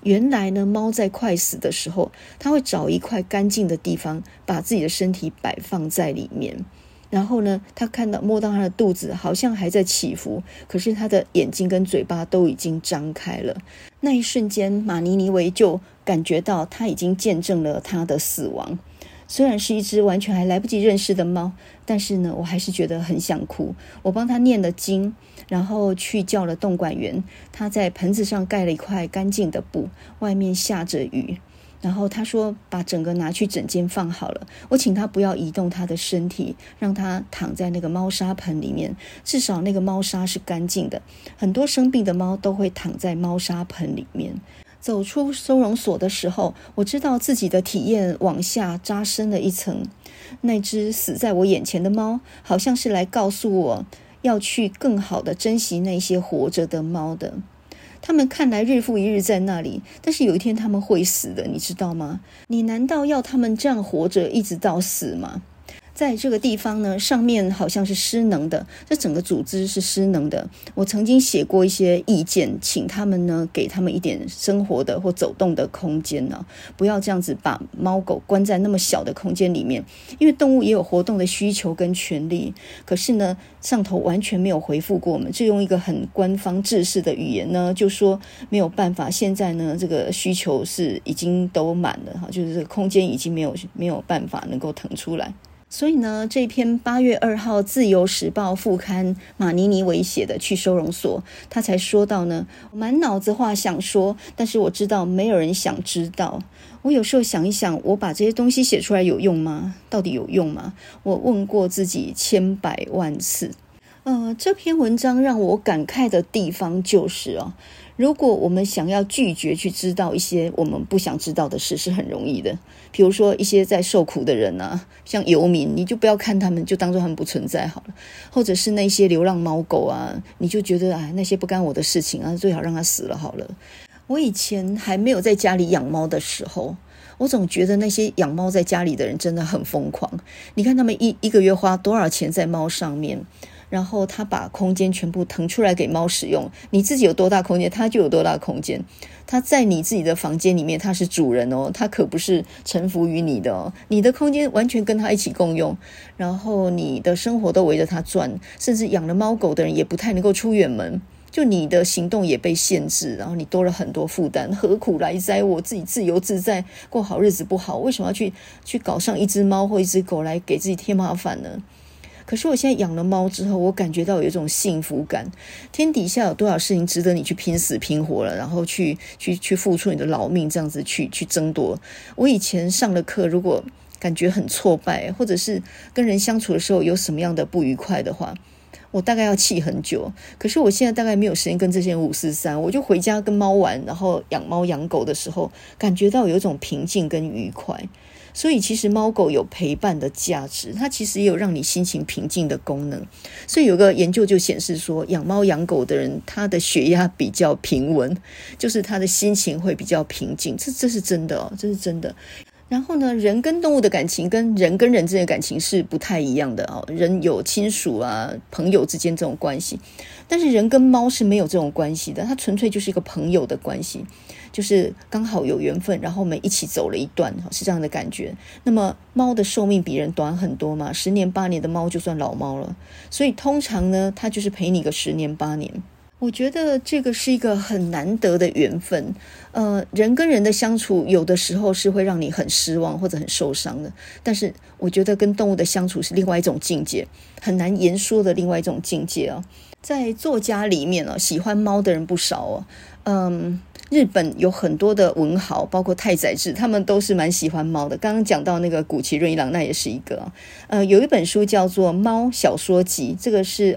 原来呢，猫在快死的时候，它会找一块干净的地方，把自己的身体摆放在里面。然后呢，他摸到他的肚子好像还在起伏，可是他的眼睛跟嘴巴都已经张开了。那一瞬间，马尼尼维就感觉到他已经见证了他的死亡。虽然是一只完全还来不及认识的猫，但是呢，我还是觉得很想哭。我帮他念了经，然后去叫了动管员，他在盆子上盖了一块干净的布，外面下着雨。然后他说把整个拿去整间放好了，我请他不要移动他的身体，让他躺在那个猫砂盆里面，至少那个猫砂是干净的。很多生病的猫都会躺在猫砂盆里面。走出收容所的时候，我知道自己的体验往下扎深了一层。那只死在我眼前的猫，好像是来告诉我要去更好的珍惜那些活着的猫的。他们看来日复一日在那里，但是有一天他们会死的，你知道吗？你难道要他们这样活着一直到死吗？在这个地方呢，上面好像是失能的，这整个组织是失能的。我曾经写过一些意见，请他们呢给他们一点生活的或走动的空间呢，不要这样子把猫狗关在那么小的空间里面，因为动物也有活动的需求跟权利。可是呢，上头完全没有回复过我们，就用一个很官方制式的语言呢，就说没有办法，现在呢这个需求是已经都满了，就是这个空间已经没有办法能够腾出来。所以呢，这篇8月2号《自由时报》副刊马尼尼维写的去收容所，他才说到呢，我满脑子话想说，但是我知道没有人想知道。我有时候想一想，我把这些东西写出来有用吗？到底有用吗？我问过自己千百万次。这篇文章让我感慨的地方就是如果我们想要拒绝去知道一些我们不想知道的事，是很容易的。比如说一些在受苦的人啊，像游民，你就不要看他们，就当作他们不存在好了。或者是那些流浪猫狗啊，你就觉得那些不干我的事情啊，最好让它死了好了。我以前还没有在家里养猫的时候，我总觉得那些养猫在家里的人真的很疯狂。你看他们一个月花多少钱在猫上面，然后他把空间全部腾出来给猫使用，你自己有多大空间，他就有多大空间。他在你自己的房间里面，他是主人他可不是臣服于你的你的空间完全跟他一起共用，然后你的生活都围着他转，甚至养了猫狗的人也不太能够出远门，就你的行动也被限制，然后你多了很多负担。何苦来哉？我自己自由自在过好日子不好，为什么要去搞上一只猫或一只狗来给自己添麻烦呢？可是我现在养了猫之后，我感觉到有一种幸福感。天底下有多少事情值得你去拼死拼活了，然后去付出你的老命，这样子去争夺。我以前上了课，如果感觉很挫败，或者是跟人相处的时候有什么样的不愉快的话，我大概要气很久。可是我现在大概没有时间跟这些人543，我就回家跟猫玩，然后养猫养狗的时候，感觉到有一种平静跟愉快。所以其实猫狗有陪伴的价值，它其实也有让你心情平静的功能。所以有个研究就显示说，养猫养狗的人，他的血压比较平稳，就是他的心情会比较平静。这是真的这是真的。然后呢，人跟动物的感情跟人之间的感情是不太一样的人有亲属啊、朋友之间这种关系，但是人跟猫是没有这种关系的，它纯粹就是一个朋友的关系，就是刚好有缘分，然后我们一起走了一段，是这样的感觉。那么猫的寿命比人短很多嘛，10年8年的猫就算老猫了，所以通常呢，它就是陪你个10年8年。我觉得这个是一个很难得的缘分。人跟人的相处有的时候是会让你很失望或者很受伤的，但是我觉得跟动物的相处是另外一种境界，很难言说的另外一种境界在作家里面喜欢猫的人不少日本有很多的文豪，包括太宰治，他们都是蛮喜欢猫的。刚刚讲到那个谷崎润一郎，那也是一个有一本书叫做《猫小说集》，这个是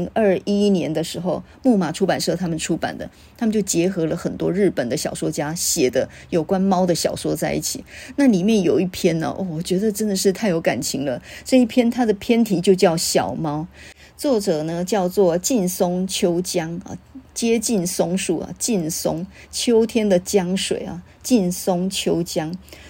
2021年的时候木马出版社他们出版的，他们就结合了很多日本的小说家写的有关猫的小说在一起。那里面有一篇我觉得真的是太有感情了。这一篇它的篇题就叫小猫，作者呢叫做近松秋江接近松树近松，秋天的江水近松秋江。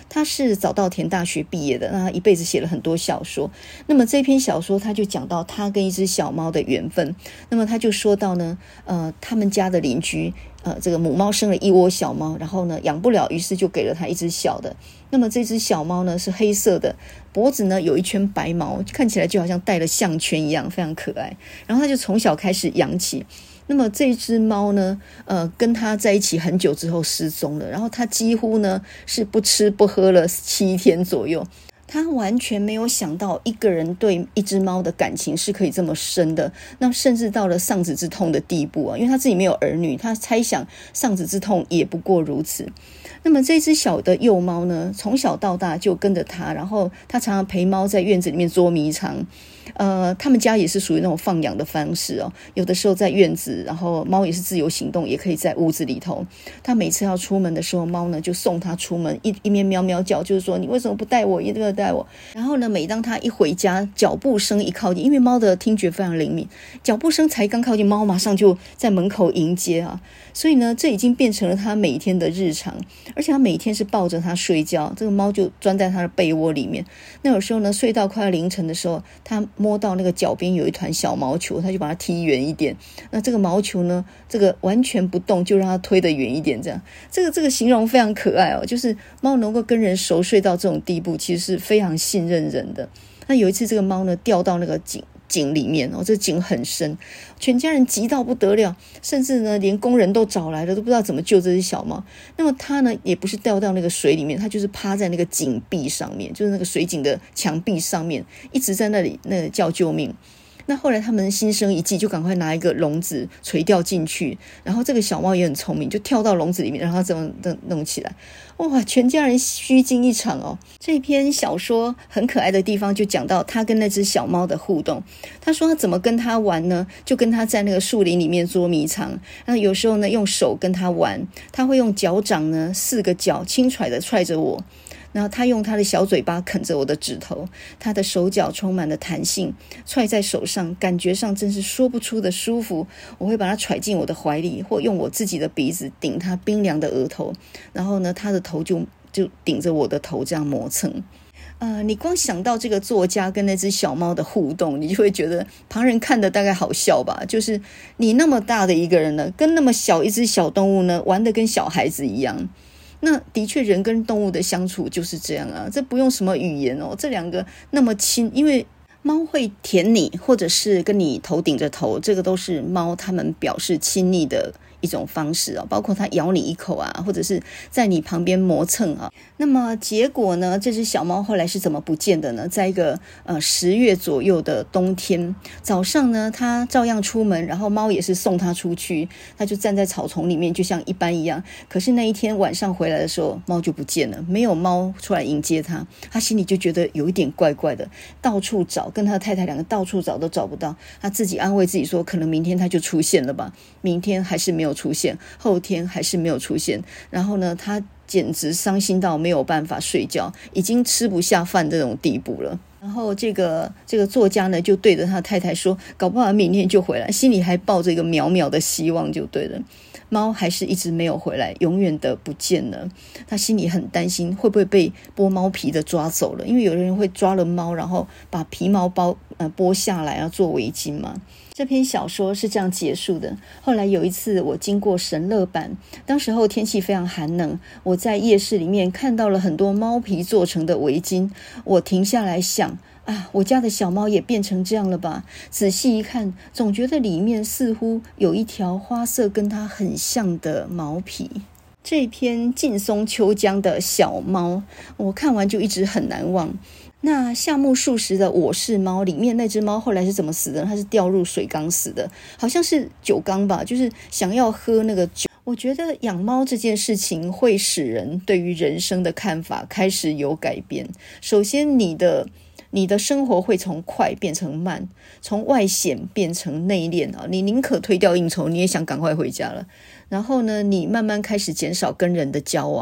他是早稻田大学毕业的，那他一辈子写了很多小说。那么这篇小说他就讲到他跟一只小猫的缘分。那么他就说到呢，他们家的邻居这个母猫生了一窝小猫，然后呢养不了，于是就给了他一只小的。那么这只小猫呢是黑色的，脖子呢有一圈白毛，看起来就好像戴了项圈一样，非常可爱。然后他就从小开始养起。那么这只猫呢跟他在一起很久之后失踪了，然后他几乎呢是不吃不喝了7天左右。他完全没有想到一个人对一只猫的感情是可以这么深的，那甚至到了丧子之痛的地步啊！因为他自己没有儿女，他猜想丧子之痛也不过如此。那么这只小的幼猫呢，从小到大就跟着他，然后他常常陪猫在院子里面捉迷藏。他们家也是属于那种放养的方式哦，有的时候在院子，然后猫也是自由行动，也可以在屋子里头。他每次要出门的时候，猫呢就送他出门，一面喵喵叫，就是说你为什么不带我，一定要带我。然后呢，每当他一回家，脚步声一靠近，因为猫的听觉非常灵敏，脚步声才刚靠近，猫马上就在门口迎接啊。所以呢，这已经变成了他每天的日常，而且他每天是抱着他睡觉，这个猫就钻在他的被窝里面。那有时候呢，睡到快要凌晨的时候，他摸到那个脚边有一团小毛球，他就把它踢远一点。那这个毛球呢，这个完全不动，就让它推得远一点，这样。这个形容非常可爱哦，就是猫能够跟人熟睡到这种地步，其实是非常信任人的。那有一次，这个猫呢掉到那个井里面哦，这个井很深，全家人急到不得了，甚至呢连工人都找来了，都不知道怎么救这只小猫。那么它呢也不是掉到那个水里面，它就是趴在那个井壁上面，就是那个水井的墙壁上面，一直在那里叫救命。那后来他们心生一计，就赶快拿一个笼子垂钓进去，然后这个小猫也很聪明，就跳到笼子里面，让它这么弄起来。哇，全家人虚惊一场哦。这篇小说很可爱的地方就讲到他跟那只小猫的互动。他说他怎么跟他玩呢？就跟他在那个树林里面捉迷藏，那有时候呢用手跟他玩，他会用脚掌呢4个脚轻揣的踹着我，然后他用他的小嘴巴啃着我的指头，他的手脚充满了弹性，踹在手上，感觉上真是说不出的舒服。我会把他揣进我的怀里，或用我自己的鼻子顶他冰凉的额头，然后呢他的头就顶着我的头这样磨蹭。你光想到这个作家跟那只小猫的互动，你就会觉得旁人看的大概好笑吧，就是你那么大的一个人呢，跟那么小一只小动物呢玩得跟小孩子一样。那的确人跟动物的相处就是这样啊，这不用什么语言哦，这两个那么亲，因为猫会舔你，或者是跟你头顶着头，这个都是猫它们表示亲昵的一种方式啊，包括它咬你一口啊，或者是在你旁边磨蹭啊。那么结果呢，这只小猫后来是怎么不见的呢？在一个10月左右的冬天早上呢，它照样出门，然后猫也是送它出去，它就站在草丛里面，就像一般一样。可是那一天晚上回来的时候，猫就不见了，没有猫出来迎接它，它心里就觉得有一点怪怪的，到处找，跟他的太太两个到处找都找不到，他自己安慰自己说，可能明天他就出现了吧。明天还是没有出现，后天还是没有出现，然后呢他简直伤心到没有办法睡觉，已经吃不下饭这种地步了。然后这个作家呢就对着他太太说，搞不好明天就回来，心里还抱着一个渺渺的希望就对了。猫还是一直没有回来，永远的不见了。他心里很担心会不会被剥猫皮的抓走了，因为有人会抓了猫然后把皮毛剥下来要做围巾嘛。这篇小说是这样结束的。后来有一次我经过神乐坂，当时候天气非常寒冷，我在夜市里面看到了很多猫皮做成的围巾，我停下来想啊，我家的小猫也变成这样了吧？仔细一看，总觉得里面似乎有一条花色跟它很像的毛皮。这篇劲松秋江的小猫，我看完就一直很难忘。那夏目漱石的《我是猫》里面那只猫后来是怎么死的？它是掉入水缸死的，好像是酒缸吧，就是想要喝那个酒。我觉得养猫这件事情会使人对于人生的看法开始有改变。首先你的生活会从快变成慢，从外显变成内敛啊！你宁可推掉应酬，你也想赶快回家了。然后呢，你慢慢开始减少跟人的交往，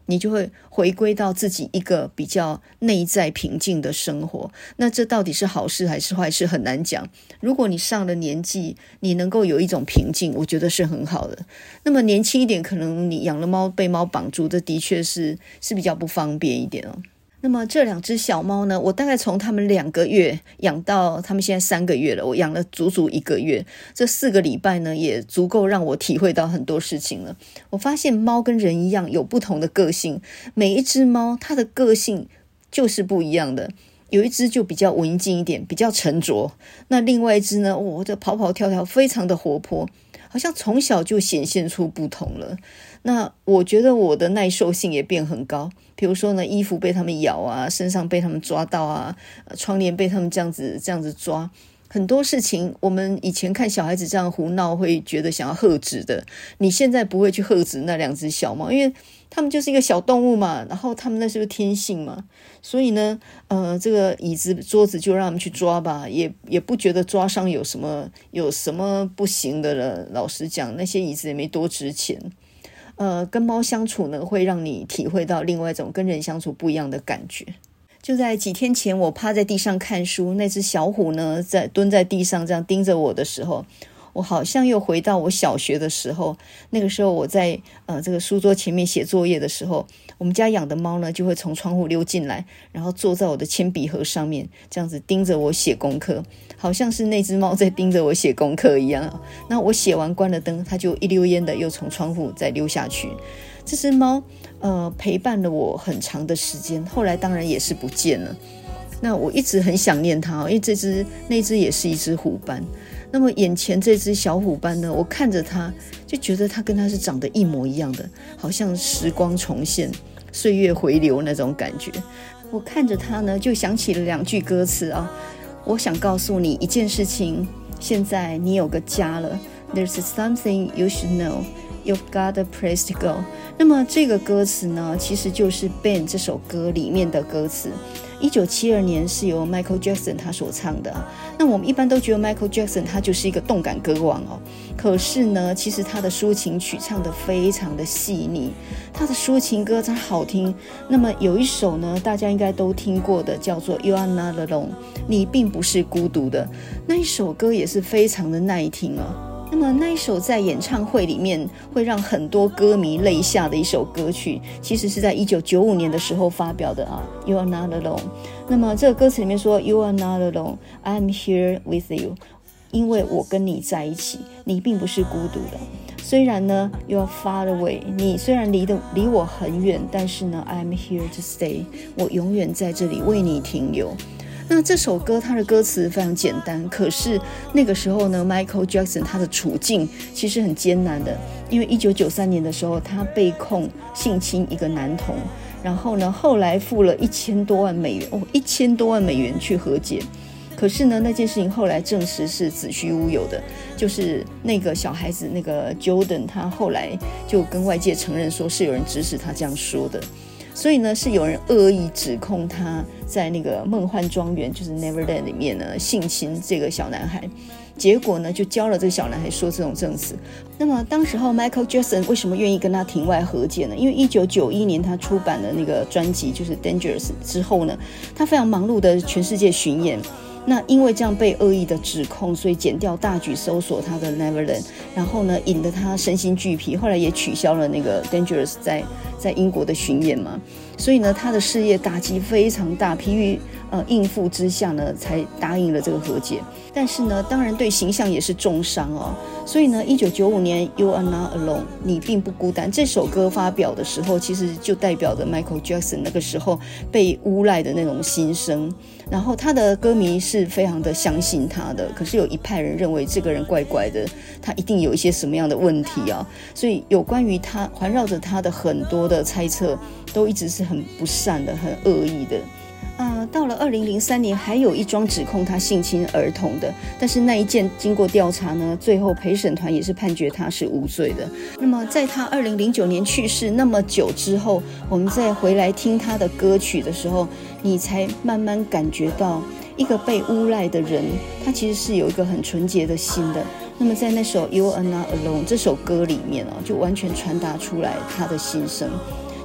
你就会回归到自己一个比较内在平静的生活。那这到底是好事还是坏事很难讲。如果你上了年纪，你能够有一种平静，我觉得是很好的。那么年轻一点，可能你养了猫被猫绑住，这的确是比较不方便一点哦。那么这2只小猫呢，我大概从他们2个月养到他们现在3个月了，我养了足足1个月，这4个礼拜呢也足够让我体会到很多事情了。我发现猫跟人一样有不同的个性，每一只猫它的个性就是不一样的。有一只就比较文静一点，比较沉着，那另外一只呢，这跑跑跳跳非常的活泼，好像从小就显现出不同了。那我觉得我的耐受性也变很高，比如说呢，衣服被他们咬啊，身上被他们抓到啊，窗帘被他们这样子抓，很多事情我们以前看小孩子这样胡闹会觉得想要喝止的，你现在不会去喝止那2只小猫，因为他们就是一个小动物嘛，然后他们那是不是天性嘛，所以呢这个椅子桌子就让他们去抓吧，也不觉得抓伤有什么不行的了。老实讲，那些椅子也没多值钱。跟猫相处呢，会让你体会到另外一种跟人相处不一样的感觉。就在几天前，我趴在地上看书，那只小虎呢蹲在地上这样盯着我的时候，我好像又回到我小学的时候。那个时候我在这个书桌前面写作业的时候，我们家养的猫呢就会从窗户溜进来，然后坐在我的铅笔盒上面，这样子盯着我写功课，好像是那只猫在盯着我写功课一样。那我写完关了灯，它就一溜烟的又从窗户再溜下去。这只猫陪伴了我很长的时间，后来当然也是不见了。那我一直很想念它，因为那只也是一只虎斑。那么眼前这只小虎斑呢，我看着它就觉得它跟它是长得一模一样的，好像时光重现，岁月回流那种感觉。我看着它呢，就想起了2句歌词啊。我想告诉你一件事情，现在你有个家了。 There's something you should know, you've got a place to go。 那么这个歌词呢，其实就是《Ben》这首歌里面的歌词。1972年是由 Michael Jackson 他所唱的。那我们一般都觉得 Michael Jackson 他就是一个动感歌王哦，可是呢，其实他的抒情曲唱得非常的细腻，他的抒情歌真好听。那么有一首呢，大家应该都听过的，叫做 You are not alone， 你并不是孤独的。那一首歌也是非常的耐听哦。那么那一首在演唱会里面会让很多歌迷泪下的一首歌曲，其实是在1995年的时候发表的啊 You are not alone。 那么这个歌词里面说 You are not alone, I am here with you， 因为我跟你在一起，你并不是孤独的。虽然呢 You are far away， 你虽然离我很远，但是呢 I am here to stay， 我永远在这里为你停留。那这首歌它的歌词非常简单，可是那个时候呢 Michael Jackson 他的处境其实很艰难的，因为1993年的时候他被控性侵一个男童，然后呢后来付了1000多万美元，1000多万美元去和解。可是呢那件事情后来证实是子虚乌有的，就是那个小孩子那个 Jordan 他后来就跟外界承认说是有人指使他这样说的。所以呢是有人恶意指控他在那个梦幻庄园就是 Neverland 里面呢性侵这个小男孩，结果呢就教了这个小男孩说这种证词。那么当时候 Michael Jackson 为什么愿意跟他庭外和解呢？因为1991年他出版的那个专辑就是 Dangerous 之后呢，他非常忙碌的全世界巡演，那因为这样被恶意的指控，所以检调大举搜索他的 Neverland， 然后呢引得他身心俱疲，后来也取消了那个 Dangerous 在英国的巡演嘛，所以呢他的事业打击非常大，疲于应付之下呢才答应了这个和解。但是呢当然对形象也是重伤哦。所以呢1995年 You are not alone， 你并不孤单，这首歌发表的时候其实就代表着 Michael Jackson 那个时候被诬赖的那种心声，然后他的歌迷是非常的相信他的，可是有一派人认为这个人怪怪的，他一定有一些什么样的问题啊，所以有关于他环绕着他的很多的猜测都一直是很不善的，很恶意的。到了2003年还有一桩指控他性侵儿童的，但是那一件经过调查呢，最后陪审团也是判决他是无罪的。那么在他2009年去世那么久之后，我们再回来听他的歌曲的时候，你才慢慢感觉到一个被诬赖的人，他其实是有一个很纯洁的心的。那么在那首 You are not alone 这首歌里面就完全传达出来他的心声。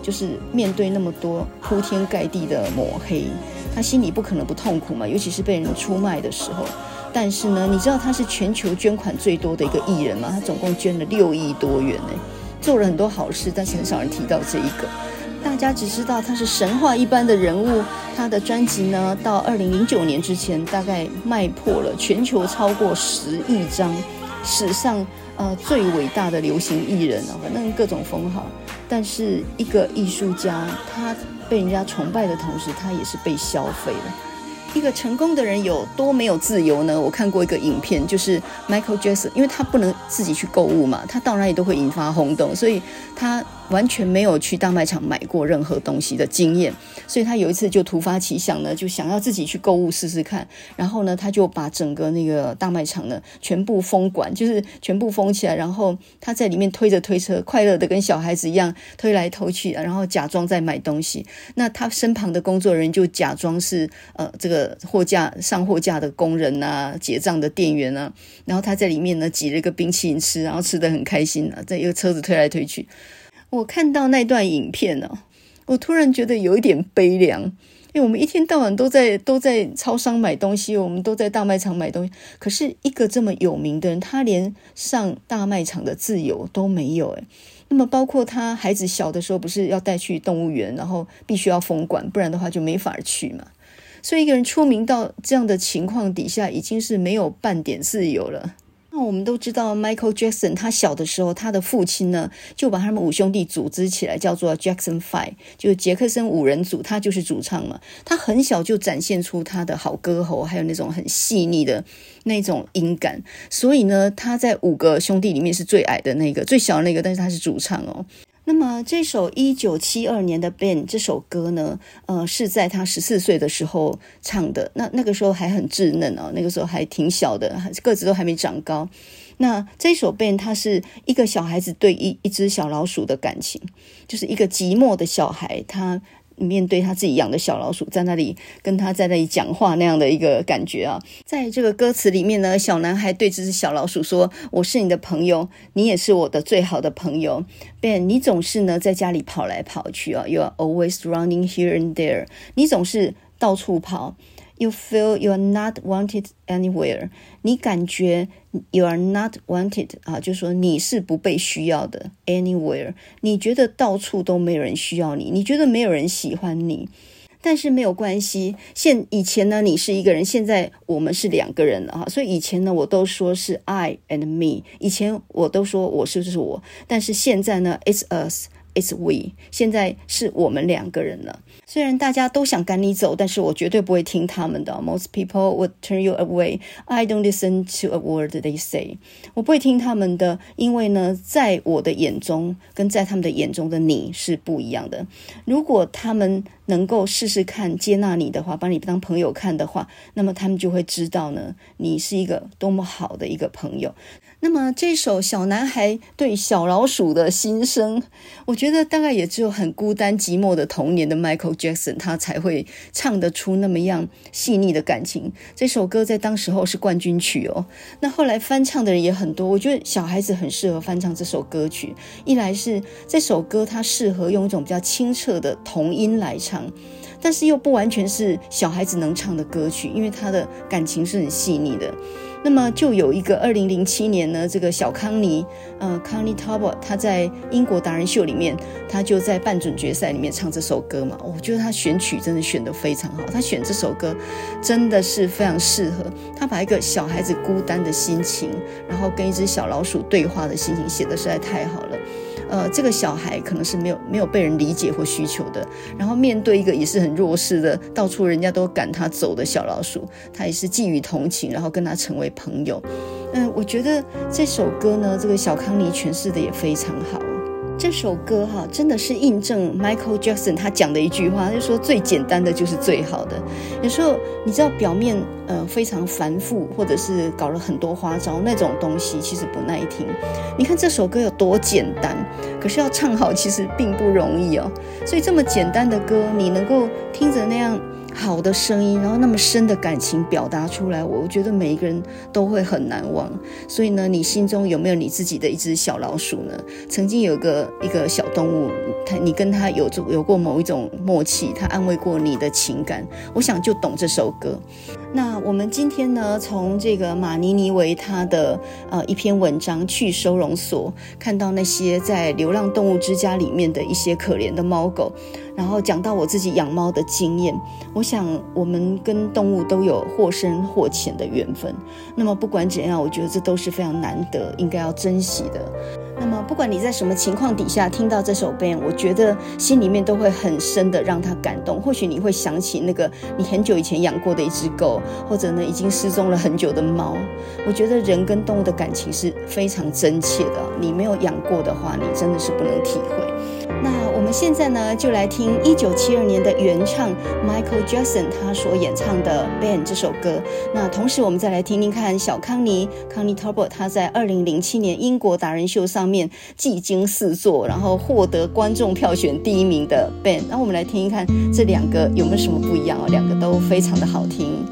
就是面对那么多铺天盖地的抹黑，他心里不可能不痛苦嘛，尤其是被人出卖的时候。但是呢，你知道他是全球捐款最多的一个艺人吗？他总共捐了6亿多元做了很多好事，但是很少人提到这一个。大家只知道他是神话一般的人物，他的专辑呢，到2009年之前大概卖破了全球超过10亿张，史上最伟大的流行艺人反正各种封号。但是一个艺术家，他被人家崇拜的同时，他也是被消费的。一个成功的人有多没有自由呢？我看过一个影片，就是 Michael Jackson， 因为他不能自己去购物嘛，他到哪里都会引发轰动，所以他完全没有去大卖场买过任何东西的经验，所以他有一次就突发奇想呢，就想要自己去购物试试看。然后呢，他就把整个那个大卖场呢全部封管，就是全部封起来，然后他在里面推着推车，快乐的跟小孩子一样推来推去，然后假装在买东西。那他身旁的工作人员就假装是这个上货架的工人啊，结账的店员啊，然后他在里面呢挤了一个冰淇淋吃，然后吃得很开心啊，在一个车子推来推去。我看到那段影片我突然觉得有一点悲凉，因为我们一天到晚都在超商买东西，我们都在大卖场买东西，可是一个这么有名的人，他连上大卖场的自由都没有那么包括他孩子小的时候，不是要带去动物园，然后必须要封管，不然的话就没法去嘛。所以一个人出名到这样的情况底下，已经是没有半点自由了。那我们都知道 Michael Jackson 他小的时候，他的父亲呢就把他们5兄弟组织起来，叫做 Jackson 5， 就是杰克森5人组，他就是主唱嘛。他很小就展现出他的好歌喉，还有那种很细腻的那种音感，所以呢他在5个兄弟里面是最矮的那个，最小的那个，但是他是主唱那么这首1972年的 Ben 这首歌呢是在他14岁的时候唱的，那个时候还很稚嫩那个时候还挺小的，个子都还没长高。那这首 Ben 它是一个小孩子对一只小老鼠的感情，就是一个寂寞的小孩，他面对他自己养的小老鼠，在那里跟他在那里讲话那样的一个感觉在这个歌词里面呢，小男孩对这只小老鼠说，我是你的朋友，你也是我的最好的朋友。 Ben 你总是呢在家里跑来跑去You are always running here and there， 你总是到处跑。You feel you are not wanted anywhere， 你感觉 you are not wanted 就是說你是不被需要的 anywhere， 你觉得到處都沒有人需要你，你覺得沒有人喜歡你。但是沒有關係，以前呢你是一個人，現在我們是2個人了所以以前呢我都說是 I and me， 以前我都說我是就是我，但是現在呢 it's us，It's we， 現在是我們2個人了。雖然大家都想趕你走，但是我絕對不會聽他們的。Most people would turn you away. I don't listen to a word they say. 我不會聽他們的，因為呢，在我的眼中，跟在他們的眼中的你是不一樣的。如果他們能夠試試看接納你的話，把你當朋友看的話，那麼他們就會知道呢，你是一個多麼好的一個朋友。那麼這首小男孩對小老鼠的心聲，我覺得大概也只有很孤單寂寞的童年的 Michael Jackson 他才會唱得出那麼樣細膩的感情。這首歌在當時候是冠軍曲那後來翻唱的人也很多，我覺得小孩子很適合翻唱這首歌曲。一來是這首歌它適合用一種比較清澈的童音來唱，但是又不完全是小孩子能唱的歌曲，因為它的感情是很細膩的。那麼就有一個2007年呢，這個小康妮Connie Talbot 他在英國達人秀裡面，他就在半準決賽裡面唱這首歌嘛，我覺得他選曲真的選得非常好，他選這首歌真的是非常適合，他把一個小孩子孤單的心情，然後跟一隻小老鼠對話的心情寫得實在太好了。這個小孩可能是沒有被人理解或需求的，然後面對一個也是很弱勢的，到處人家都趕他走的小老鼠，他也是寄予同情，然後跟他成為朋友。我覺得這首歌呢，這個小康妮詮釋的也非常好。這首歌真的是印證 Michael Jackson 他講的一句話，他就說最簡單的就是最好的。有時候你知道表面非常繁複，或者是搞了很多花招，那種東西其實不耐聽。你看這首歌有多簡單，可是要唱好其實並不容易所以這麼簡單的歌，你能夠聽着那樣好的声音，然后那么深的感情表达出来，我觉得每一个人都会很难忘。所以呢，你心中有没有你自己的一只小老鼠呢？曾经有一个小动物，你跟他有过某一种默契，他安慰过你的情感，我想就懂这首歌。那我们今天呢，从这个马尼尼维他的一篇文章《去收容所》，看到那些在流浪动物之家里面的一些可怜的猫狗，然后讲到我自己养猫的经验，我想我们跟动物都有或深或浅的缘分。那么不管怎样，我觉得这都是非常难得，应该要珍惜的。那么不管你在什么情况底下听到这首 band， 我觉得心里面都会很深的让它感动。或许你会想起那个你很久以前养过的一只狗，或者呢已经失踪了很久的猫。我觉得人跟动物的感情是非常真切的，你没有养过的话，你真的是不能体会。那我们现在呢，就来听1972年的原唱 Michael Jackson 他所演唱的 Band 这首歌。那同时我们再来听听看小康妮 Talbot 他在2007年英国达人秀上面技惊四座，然后获得观众票选第1名的 Band。那我们来听一看这两个有没有什么不一样，两个都非常的好听。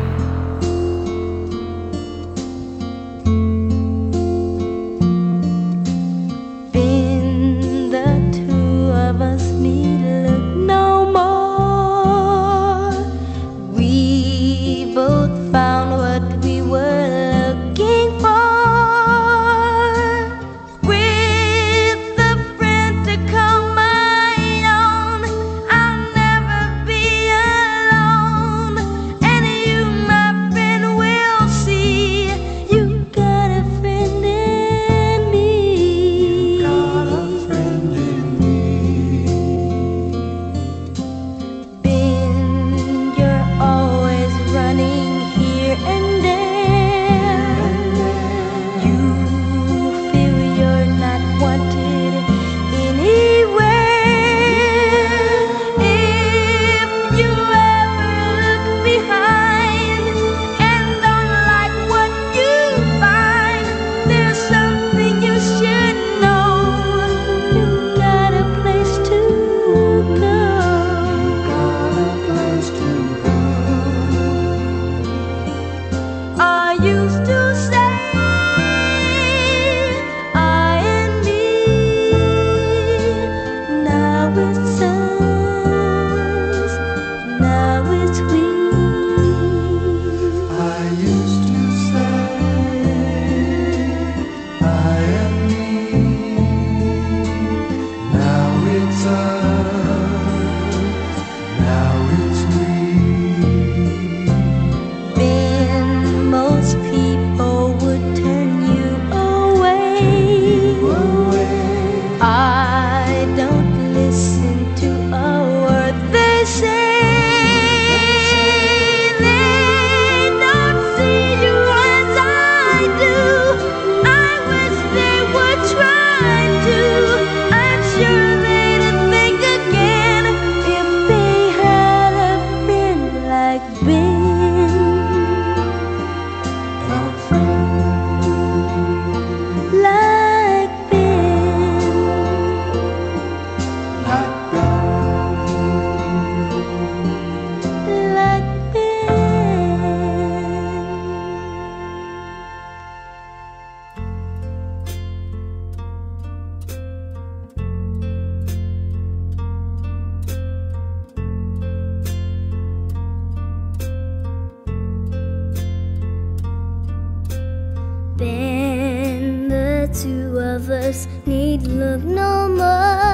Need look no more.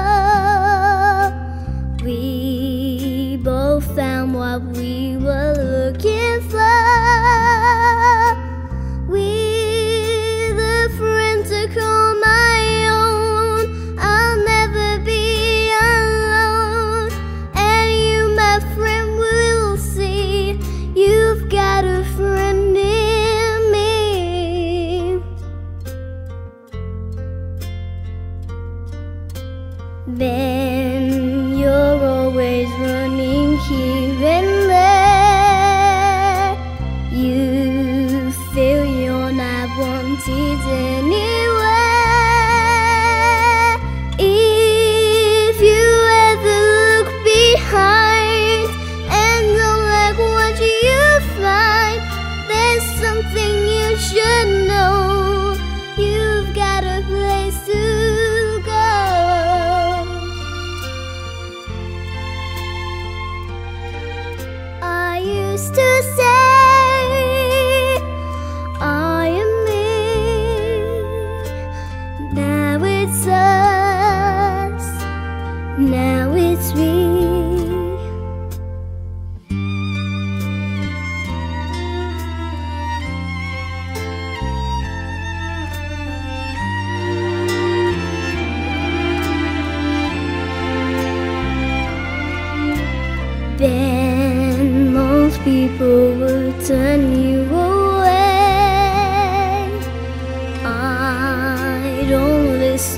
We both found what we were looking for. With a friend to call my own, I'll never be alone. And you, my friend, will see you've got a friend in me. Then you're always running here and there. You feel you're not wanted anywhere. If you ever look behind and don't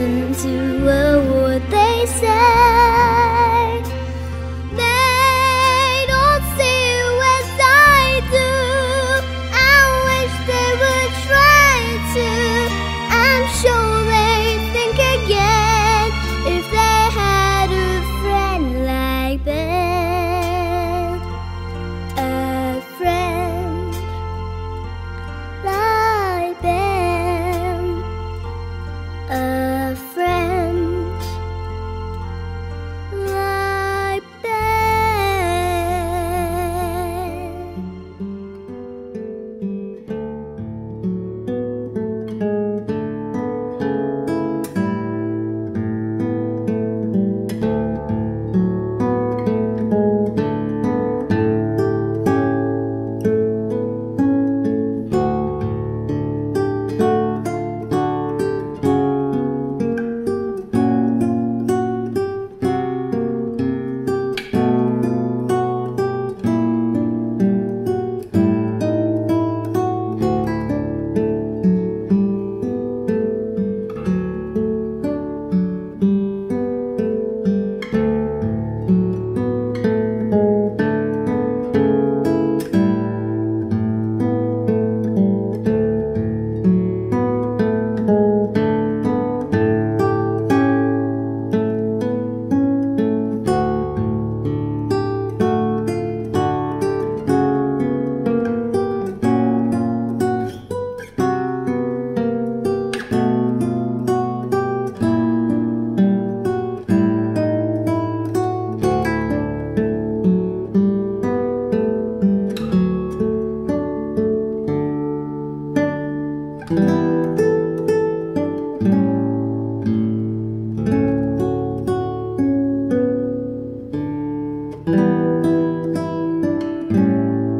listen to a word they say. They don't see you as I do. I wish they would try to. I'm sure they'd think again if they had a friend like Ben. A friend like Ben. A friend like Ben.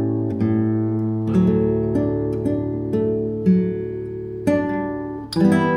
Thank you.